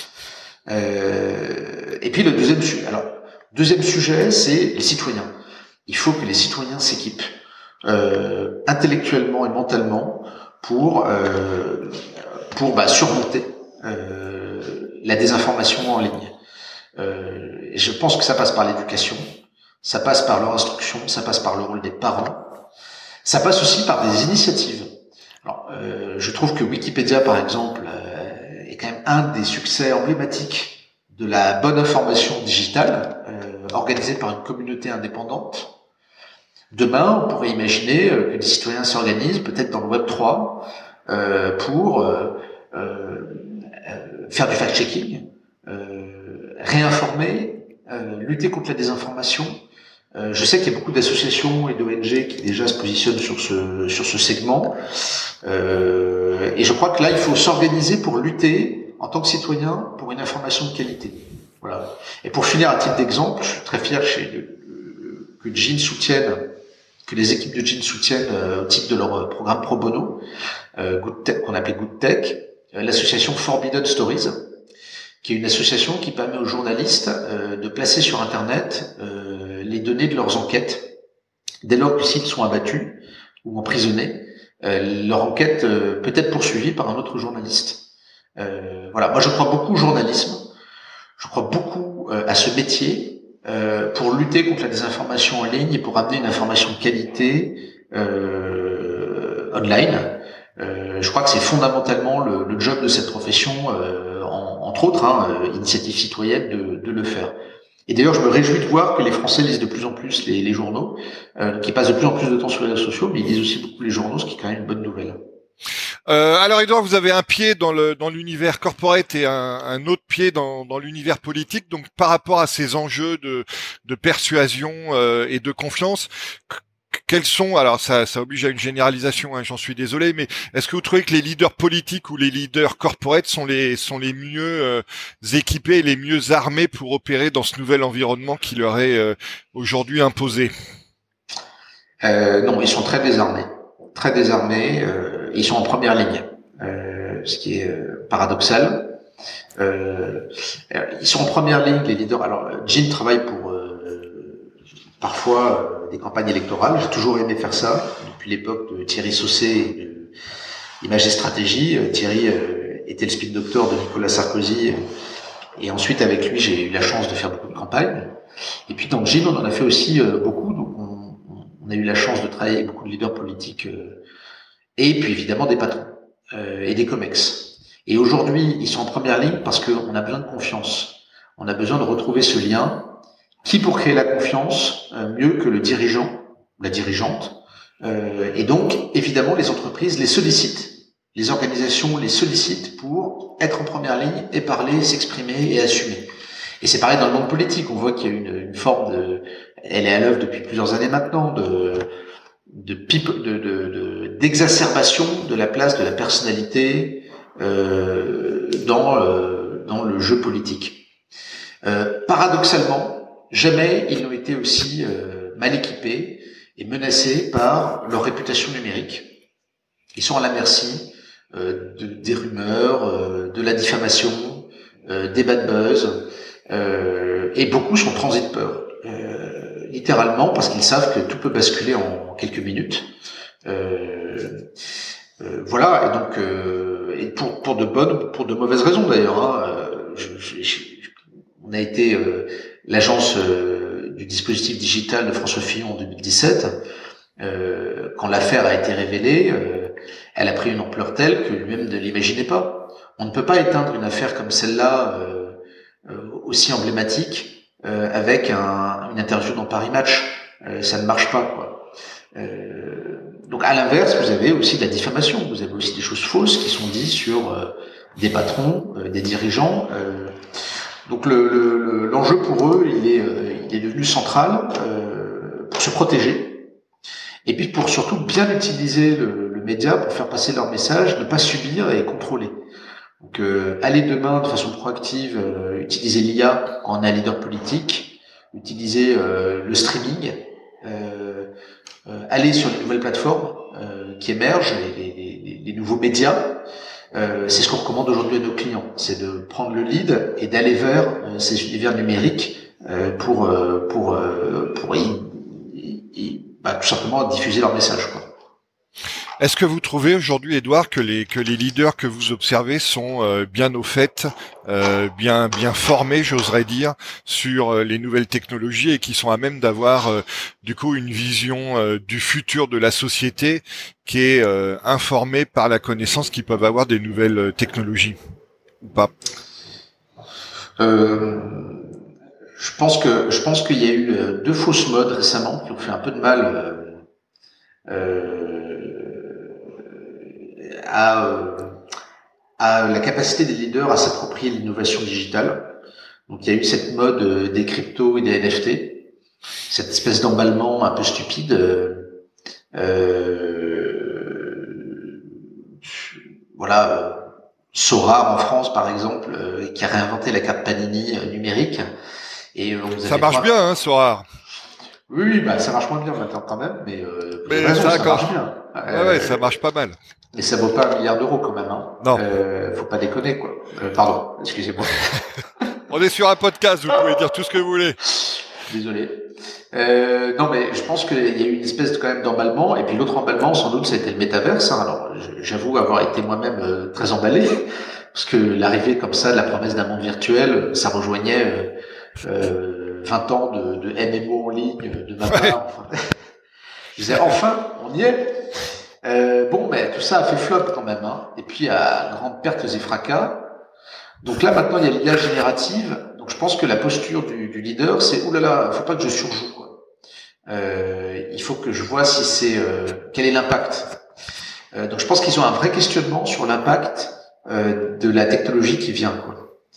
Euh, et puis le deuxième sujet, alors deuxième sujet, c'est les citoyens. Il faut que les citoyens s'équipent euh, intellectuellement et mentalement pour euh, pour bah, surmonter euh, la désinformation en ligne. Euh, et je pense que ça passe par l'éducation, ça passe par leur instruction, ça passe par le rôle des parents, ça passe aussi par des initiatives. Alors, euh, je trouve que Wikipédia, par exemple, euh, est quand même un des succès emblématiques de la bonne information digitale, euh, organisée par une communauté indépendante. Demain, on pourrait imaginer euh, que les citoyens s'organisent, peut-être dans le Web trois, euh, pour euh, euh, faire du fact-checking, euh, réinformer, euh, lutter contre la désinformation. Euh, je sais qu'il y a beaucoup d'associations et d'O N G qui déjà se positionnent sur ce sur ce segment, euh, et je crois que là il faut s'organiser pour lutter en tant que citoyen pour une information de qualité. Voilà. Et pour finir, à titre d'exemple, je suis très fier chez, euh, que Jean soutienne, que les équipes de Jean soutiennent euh, au titre de leur programme pro bono, euh, Good Tech, qu'on appelait Good Tech, euh, l'association Forbidden Stories, qui est une association qui permet aux journalistes euh, de placer sur Internet euh, les données de leurs enquêtes, dès lors que s'ils sont abattus ou emprisonnés, euh, leur enquête euh, peut être poursuivie par un autre journaliste. Euh, voilà, moi je crois beaucoup au journalisme, je crois beaucoup euh, à ce métier euh, pour lutter contre la désinformation en ligne et pour amener une information de qualité euh, online. Euh, je crois que c'est fondamentalement le, le job de cette profession, euh, en, entre autres, hein, euh, initiative citoyenne, de, de le faire. Et d'ailleurs, je me réjouis de voir que les Français lisent de plus en plus les, les journaux, euh, qui passent de plus en plus de temps sur les réseaux sociaux, mais ils lisent aussi beaucoup les journaux, ce qui est quand même une bonne nouvelle. Euh, alors Edouard, vous avez un pied dans le dans l'univers corporate et un, un autre pied dans dans l'univers politique. Donc par rapport à ces enjeux de de persuasion euh, et de confiance, quels sont, alors ça, ça oblige à une généralisation, hein, j'en suis désolé, mais est-ce que vous trouvez que les leaders politiques ou les leaders corporate sont les sont les mieux euh, équipés, les mieux armés pour opérer dans ce nouvel environnement qui leur est euh, aujourd'hui imposé? euh, Non, ils sont très désarmés, très désarmés. Euh, ils sont en première ligne, euh, ce qui est euh, paradoxal. Euh, ils sont en première ligne, les leaders. Alors, Jean travaille pour euh, parfois euh, des campagnes électorales. J'ai toujours aimé faire ça depuis l'époque de Thierry Saucet et de Image et Stratégie. Thierry euh, était le speed doctor de Nicolas Sarkozy, et ensuite avec lui j'ai eu la chance de faire beaucoup de campagnes. Et puis dans Jean, on en a fait aussi euh, beaucoup. Donc on, on a eu la chance de travailler avec beaucoup de leaders politiques, euh, et puis évidemment des patrons euh, et des comex. Et aujourd'hui, ils sont en première ligne parce qu'on a besoin de confiance. On a besoin de retrouver ce lien. Qui pour créer la confiance euh, mieux que le dirigeant, la dirigeante. Euh, et donc, évidemment, les entreprises les sollicitent les organisations les sollicitent pour être en première ligne et parler, s'exprimer et assumer. Et c'est pareil dans le monde politique. On voit qu'il y a une, une forme de, elle est à l'œuvre depuis plusieurs années maintenant, de, de, pipe, de, de, de d'exacerbation de la place de la personnalité euh, dans euh, dans le jeu politique. Euh, paradoxalement, jamais ils n'ont été aussi euh, mal équipés et menacés par leur réputation numérique. Ils sont à la merci euh, de, des rumeurs, euh, de la diffamation, euh, des bad buzz, euh, et beaucoup sont transis de peur, euh, littéralement parce qu'ils savent que tout peut basculer en quelques minutes. Euh, euh, voilà, et donc euh, et pour pour de bonnes, pour de mauvaises raisons d'ailleurs. Hein, euh, je, je, je, on a été euh, l'agence euh, du dispositif digital de François Fillon en deux mille dix-sept. Euh, quand l'affaire a été révélée, euh, elle a pris une ampleur telle que lui-même ne l'imaginait pas. On ne peut pas éteindre une affaire comme celle-là, euh, euh, aussi emblématique, euh, avec un, une interview dans Paris Match. Euh, ça ne marche pas, quoi. Euh, donc à l'inverse, vous avez aussi de la diffamation. Vous avez aussi des choses fausses qui sont dites sur euh, des patrons, euh, des dirigeants. Euh, donc le, le, l'enjeu pour eux, il est, euh, il est devenu central euh, pour se protéger. Et puis pour surtout bien utiliser le, le média pour faire passer leur message, ne pas subir et contrôler. Donc euh, aller demain de façon proactive, euh, utiliser l'I A quand on est un leader politique, utiliser euh, le streaming, euh, euh, aller sur les nouvelles plateformes euh, qui émergent, les, les, les, les nouveaux médias. Euh, c'est ce qu'on recommande aujourd'hui à nos clients, c'est de prendre le lead et d'aller vers euh, ces univers numériques euh, pour euh, pour euh, pour y, y, y, bah, tout simplement diffuser leur message, quoi. Est-ce que vous trouvez aujourd'hui, Édouard, que les que les leaders que vous observez sont euh, bien au fait, euh, bien bien formés, j'oserais dire, sur euh, les nouvelles technologies et qui sont à même d'avoir euh, du coup une vision euh, du futur de la société qui est euh, informée par la connaissance qu'ils peuvent avoir des nouvelles euh, technologies ou pas? Euh, je pense que je pense qu'il y a eu euh, deux fausses modes récemment qui ont fait un peu de mal euh, euh, à, euh, à la capacité des leaders à s'approprier l'innovation digitale. Donc il y a eu cette mode euh, des cryptos et des N F T, cette espèce d'emballement un peu stupide. Euh, euh, voilà. Euh, Sora en France, par exemple, euh, qui a réinventé la carte Panini euh, numérique. Et on ça marche trois... bien, hein, Sora. Oui, oui, bah ça marche moins bien maintenant quand même, mais, euh, mais raison, ça, ça marche bien. Ouais, euh, ouais, ça marche pas mal. Et ça vaut pas un milliard d'euros quand même. Hein. Non. Euh, faut pas déconner, quoi. Euh, pardon, excusez-moi. On est sur un podcast, vous pouvez dire tout ce que vous voulez. Désolé. Euh, non, mais je pense qu'il y a eu une espèce de, quand même d'emballement, et puis l'autre emballement, sans doute, ça a été le métaverse. Hein. Alors, j'avoue avoir été moi-même euh, très emballé, parce que l'arrivée comme ça de la promesse d'un monde virtuel, ça rejoignait euh, euh, vingt ans de, de M M O en ligne de ma part. Ouais. Enfin, je disais, enfin, on y est. Euh, bon, mais tout ça a fait flop quand même, hein. Et puis à grandes pertes et fracas. Donc là, maintenant, il y a l'I A générative. Donc je pense que la posture du, du leader, c'est « Ouh là là, faut pas que je surjoue, quoi. Euh, il faut que je vois si c'est euh, quel est l'impact. Euh, donc je pense qu'ils ont un vrai questionnement sur l'impact euh, de la technologie qui vient, quoi.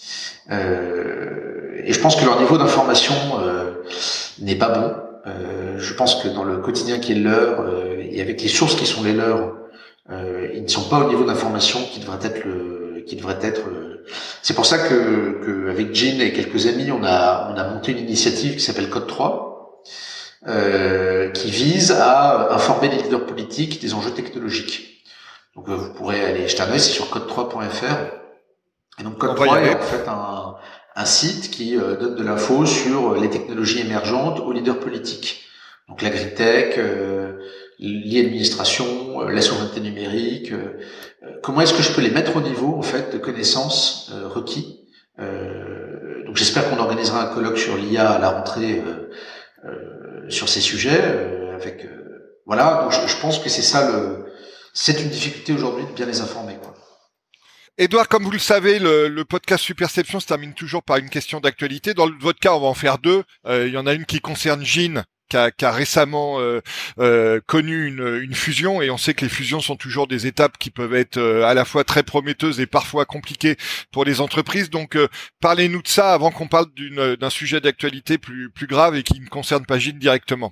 Euh, et je pense que leur niveau d'information euh, n'est pas bon. Euh, je pense que dans le quotidien qui est le leur, euh, et avec les sources qui sont les leurs, euh, ils ne sont pas au niveau d'information qui devrait être le, qui devrait être. Euh... C'est pour ça que, que avec Jean et quelques amis, on a, on a monté une initiative qui s'appelle Code trois, euh, qui vise à informer les leaders politiques des enjeux technologiques. Donc, euh, vous pourrez aller jeter un œil, c'est sur code trois point f r. Et donc, Code trois est en fait un, un site qui euh, donne de l'info sur les technologies émergentes aux leaders politiques. Donc l'agritech, euh, l'e-administration, euh, la souveraineté numérique. Euh, comment est-ce que je peux les mettre au niveau en fait de connaissances euh, requis. Euh, donc j'espère qu'on organisera un colloque sur l'I A à la rentrée euh, euh, sur ces sujets. Euh, avec euh, voilà. Donc je, je pense que c'est ça le. C'est une difficulté aujourd'hui de bien les informer, quoi. Édouard, comme vous le savez, le, le podcast Superception se termine toujours par une question d'actualité. Dans le, votre cas, on va en faire deux. Euh, il y en a une qui concerne Jean qui a, qui a récemment euh, euh, connu une, une fusion, et on sait que les fusions sont toujours des étapes qui peuvent être euh, à la fois très prometteuses et parfois compliquées pour les entreprises. Donc, euh, parlez-nous de ça avant qu'on parle d'une, d'un sujet d'actualité plus, plus grave et qui ne concerne pas Gine directement.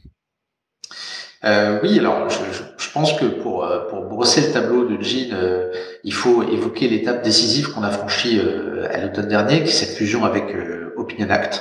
Euh, oui, alors je, je, je pense que pour pour brosser le tableau de Gine, euh, il faut évoquer l'étape décisive qu'on a franchie euh, à l'automne dernier, qui est cette fusion avec euh, OpinionAct.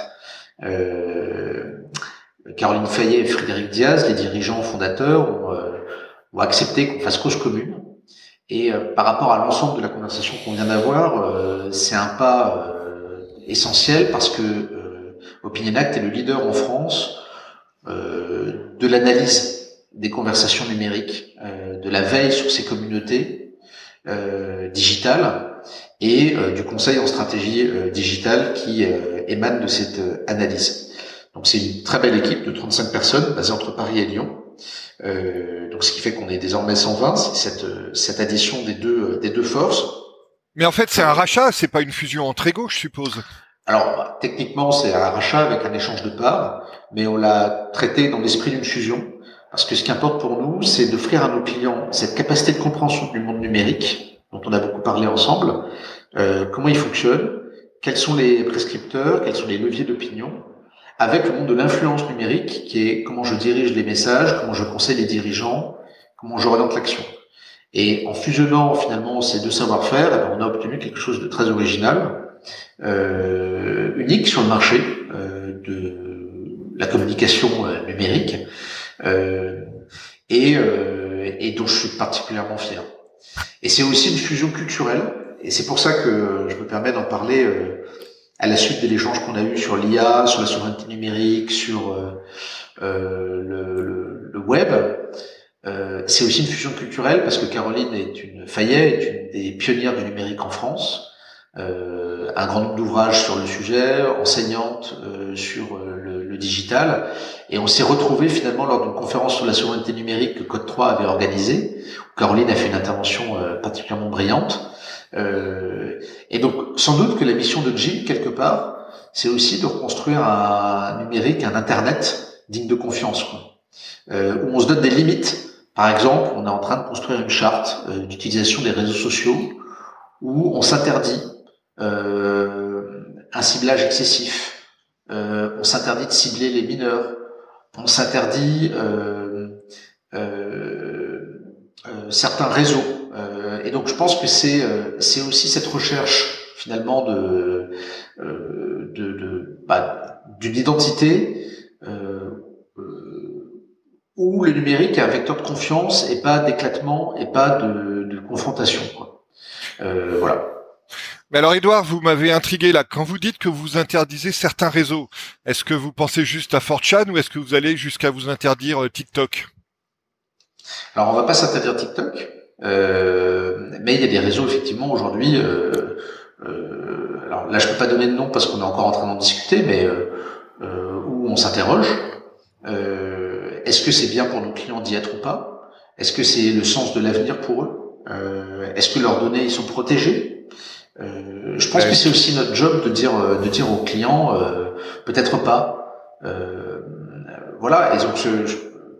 Euh, Caroline Fayet et Frédéric Diaz, les dirigeants fondateurs, ont, euh, ont accepté qu'on fasse cause commune. Et euh, par rapport à l'ensemble de la conversation qu'on vient d'avoir, euh, c'est un pas euh, essentiel parce que euh, OpinionAct est le leader en France euh, de l'analyse des conversations numériques, euh, de la veille sur ces communautés euh, digitales et euh, du conseil en stratégie euh, digitale qui euh, émane de cette euh, analyse. Donc c'est une très belle équipe de trente-cinq personnes basée entre Paris et Lyon. Euh, donc ce qui fait qu'on est désormais cent vingt, c'est cette, cette addition des deux, des deux forces. Mais en fait c'est un rachat, c'est pas une fusion entre égaux, je suppose. Alors bah, techniquement c'est un rachat avec un échange de parts, mais on l'a traité dans l'esprit d'une fusion. Parce que ce qui importe pour nous, c'est d'offrir à nos clients cette capacité de compréhension du monde numérique, dont on a beaucoup parlé ensemble, euh, comment il fonctionne, quels sont les prescripteurs, quels sont les leviers d'opinion, avec le monde de l'influence numérique, qui est comment je dirige les messages, comment je conseille les dirigeants, comment j'oriente l'action. Et en fusionnant finalement ces deux savoir-faire, eh bien, on a obtenu quelque chose de très original, euh, unique sur le marché euh, de la communication euh, numérique, Euh, et, euh, et dont je suis particulièrement fier. Et c'est aussi une fusion culturelle, et c'est pour ça que je me permets d'en parler euh, à la suite de l'échange qu'on a eu sur l'I A, sur la souveraineté numérique, sur euh, euh, le, le, le web. Euh, c'est aussi une fusion culturelle parce que Caroline est une Fayet est une des pionnières du numérique en France. Euh, un grand nombre d'ouvrages sur le sujet, enseignante euh, sur euh, le, le digital, et on s'est retrouvé finalement lors d'une conférence sur la souveraineté numérique que Code trois avait organisée, où Caroline a fait une intervention euh, particulièrement brillante, euh, et donc sans doute que la mission de Gine, quelque part, c'est aussi de reconstruire un numérique, un internet digne de confiance, quoi. Euh, où on se donne des limites. Par exemple, on est en train de construire une charte euh, d'utilisation des réseaux sociaux où on s'interdit Euh, un ciblage excessif, euh, on s'interdit de cibler les mineurs, on s'interdit euh, euh, euh, certains réseaux, euh, et donc je pense que c'est euh, c'est aussi cette recherche finalement de euh, de, de bah, d'une identité euh, euh, où le numérique est un vecteur de confiance et pas d'éclatement et pas de, de confrontation, quoi. Euh, voilà. Mais alors, Édouard, vous m'avez intrigué là. Quand vous dites que vous interdisez certains réseaux, est-ce que vous pensez juste à four chan ou est-ce que vous allez jusqu'à vous interdire TikTok? Alors, on va pas s'interdire TikTok, euh, mais il y a des réseaux effectivement aujourd'hui. Euh, euh, alors là, je peux pas donner de nom parce qu'on est encore en train d'en discuter, mais euh, euh, où on s'interroge. Euh, est-ce que c'est bien pour nos clients d'y être ou pas? Est-ce que c'est le sens de l'avenir pour eux? euh, Est-ce que leurs données ils sont protégées? Euh, je pense ouais. que c'est aussi notre job de dire de dire aux clients euh, peut-être pas. Euh, voilà. Et donc je, je,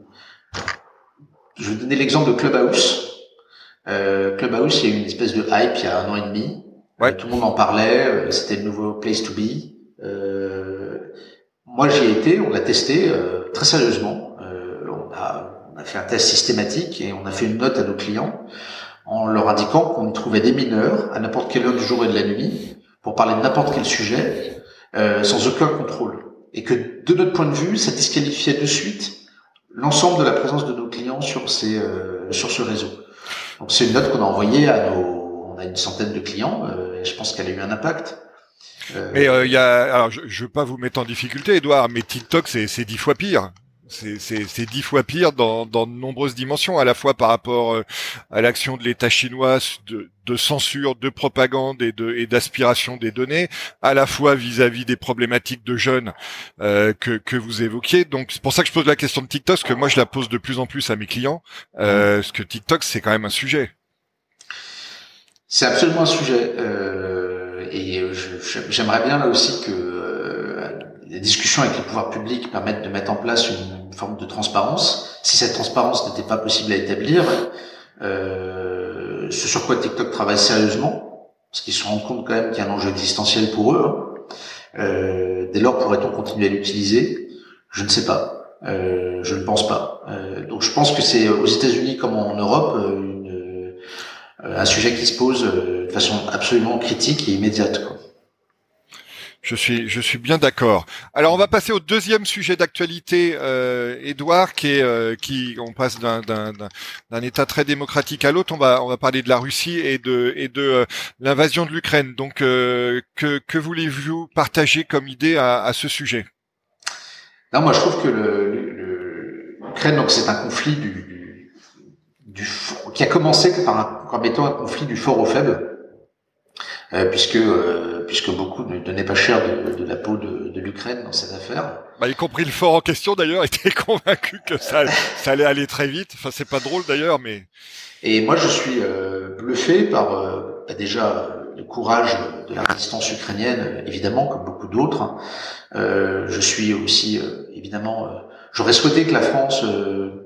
je vais donner l'exemple de Clubhouse. Euh, Clubhouse, il y a eu une espèce de hype il y a un an et demi. Ouais. Euh, tout le monde en parlait. Euh, c'était le nouveau place to be. Euh, moi, j'y ai été. On l'a testé euh, très sérieusement. Euh, on a on a fait un test systématique et on a fait une note à nos clients, en leur indiquant qu'on y trouvait des mineurs à n'importe quelle heure du jour et de la nuit pour parler de n'importe quel sujet euh, sans aucun contrôle. Et que de notre point de vue, ça disqualifiait de suite l'ensemble de la présence de nos clients sur ces euh, sur ce réseau. Donc c'est une note qu'on a envoyée à nos, on a une centaine de clients euh, et je pense qu'elle a eu un impact. Euh... Mais il euh, y a, alors je, je veux pas vous mettre en difficulté, Édouard, mais TikTok c'est c'est dix fois pire. C'est, c'est, c'est dix fois pire dans, dans de nombreuses dimensions, à la fois par rapport euh, à l'action de l'État chinois de, de censure, de propagande et, de, et d'aspiration des données, à la fois vis-à-vis des problématiques de jeunes euh, que, que vous évoquiez. Donc c'est pour ça que je pose la question de TikTok, parce que moi je la pose de plus en plus à mes clients, euh, parce que TikTok c'est quand même un sujet. C'est absolument un sujet, euh, et je, j'aimerais bien là aussi que les discussions avec les pouvoirs publics permettent de mettre en place une forme de transparence. Si cette transparence n'était pas possible à établir, euh, ce sur quoi TikTok travaille sérieusement, parce qu'ils se rendent compte quand même qu'il y a un enjeu existentiel pour eux, hein. Euh, dès lors, pourrait-on continuer à l'utiliser? Je ne sais pas. Euh, je ne pense pas. Euh, donc, je pense que c'est aux États-Unis comme en Europe une, euh, un sujet qui se pose de façon absolument critique et immédiate, quoi. Je suis, je suis bien d'accord. Alors, on va passer au deuxième sujet d'actualité, euh, Édouard, qui est, euh, qui, on passe d'un, d'un, d'un, d'un État très démocratique à l'autre. On va, on va parler de la Russie et de, et de euh, l'invasion de l'Ukraine. Donc, euh, que, que voulez-vous partager comme idée à, à ce sujet? Non, moi, je trouve que le, le, l'Ukraine, donc, c'est un conflit du, du, du qui a commencé par un, comme étant un conflit du fort au faible. Euh, puisque euh, puisque beaucoup ne donnaient pas cher de, de la peau de, de l'Ukraine dans cette affaire. Bah, y compris le fort en question d'ailleurs était convaincu que ça, ça allait aller très vite. Enfin, c'est pas drôle d'ailleurs, mais. Et moi, je suis euh, bluffé par euh, bah, déjà le courage de la résistance ukrainienne, évidemment, comme beaucoup d'autres. Hein. Euh, je suis aussi euh, évidemment. Euh, j'aurais souhaité que la France euh,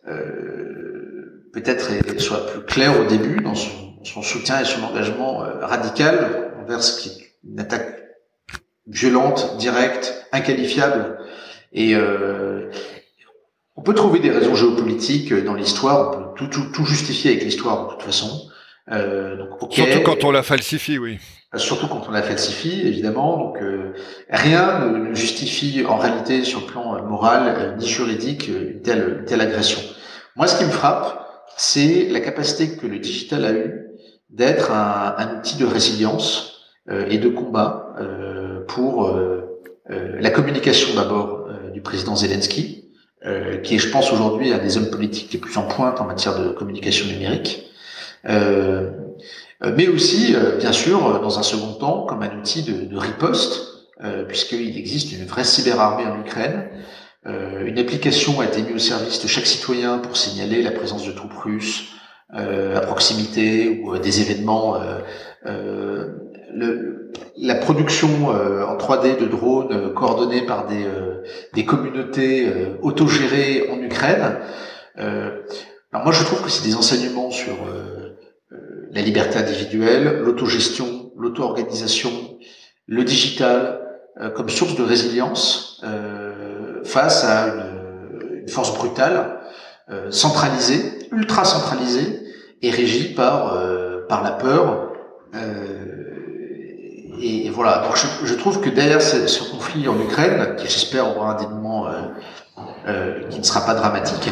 euh, peut-être soit plus claire au début dans son son soutien et son engagement euh, radical envers ce qui est une attaque violente, directe, inqualifiable. Et euh, on peut trouver des raisons géopolitiques dans l'histoire, on peut tout, tout, tout justifier avec l'histoire de toute façon. Euh, donc, okay, surtout quand on la falsifie, oui. Surtout quand on la falsifie, évidemment. Donc euh, rien ne justifie en réalité sur le plan moral euh, ni juridique une telle, une telle agression. Moi, ce qui me frappe, c'est la capacité que le digital a eue d'être un, un outil de résilience euh, et de combat euh, pour euh, euh, la communication d'abord euh, du président Zelensky, euh, qui est, je pense, aujourd'hui un des hommes politiques les plus en pointe en matière de communication numérique, euh, mais aussi, euh, bien sûr, dans un second temps, comme un outil de, de riposte, euh, puisqu'il existe une vraie cyberarmée en Ukraine. Euh, une application a été mise au service de chaque citoyen pour signaler la présence de troupes russes euh, à proximité ou euh, des événements. Euh, euh, le, la production euh, en trois D de drones euh, coordonnés par des, euh, des communautés euh, autogérées en Ukraine. Euh, alors moi, je trouve que c'est des enseignements sur euh, euh, la liberté individuelle, l'autogestion, l'auto-organisation, le digital euh, comme source de résilience euh, face à une, une force brutale, euh, centralisée, ultra centralisée et régie par euh, par la peur. Euh, et, et voilà. Donc je, je trouve que derrière ce, ce conflit en Ukraine, qui j'espère aura un dénouement euh, euh, qui ne sera pas dramatique,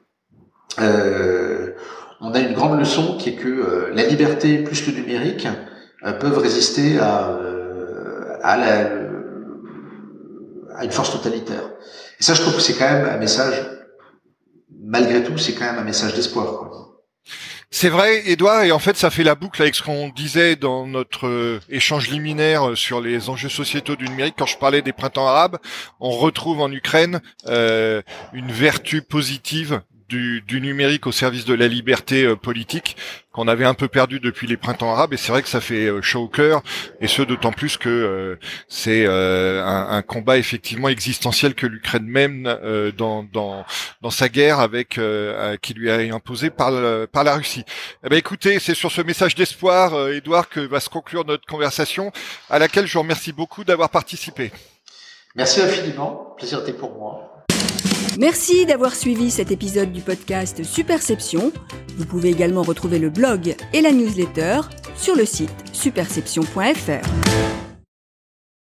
euh, on a une grande leçon qui est que euh, la liberté plus le numérique euh, peuvent résister à euh, à la à une force totalitaire. Et ça, je trouve que c'est quand même un message, malgré tout, c'est quand même un message d'espoir, quoi. C'est vrai, Édouard, et en fait, ça fait la boucle avec ce qu'on disait dans notre euh, échange liminaire sur les enjeux sociétaux du numérique. Quand je parlais des printemps arabes, on retrouve en Ukraine euh, une vertu positive du, du numérique au service de la liberté euh, politique qu'on avait un peu perdu depuis les printemps arabes, et c'est vrai que ça fait euh, chaud au cœur, et ce d'autant plus que euh, c'est euh, un, un combat effectivement existentiel que l'Ukraine mène euh, dans, dans dans sa guerre avec euh, qui lui a été imposée par le, par la Russie. Eh ben écoutez, c'est sur ce message d'espoir, euh, Édouard, que va se conclure notre conversation, à laquelle je vous remercie beaucoup d'avoir participé. Merci infiniment, plaisir était pour moi. Merci d'avoir suivi cet épisode du podcast Superception. Vous pouvez également retrouver le blog et la newsletter sur le site superception point f r.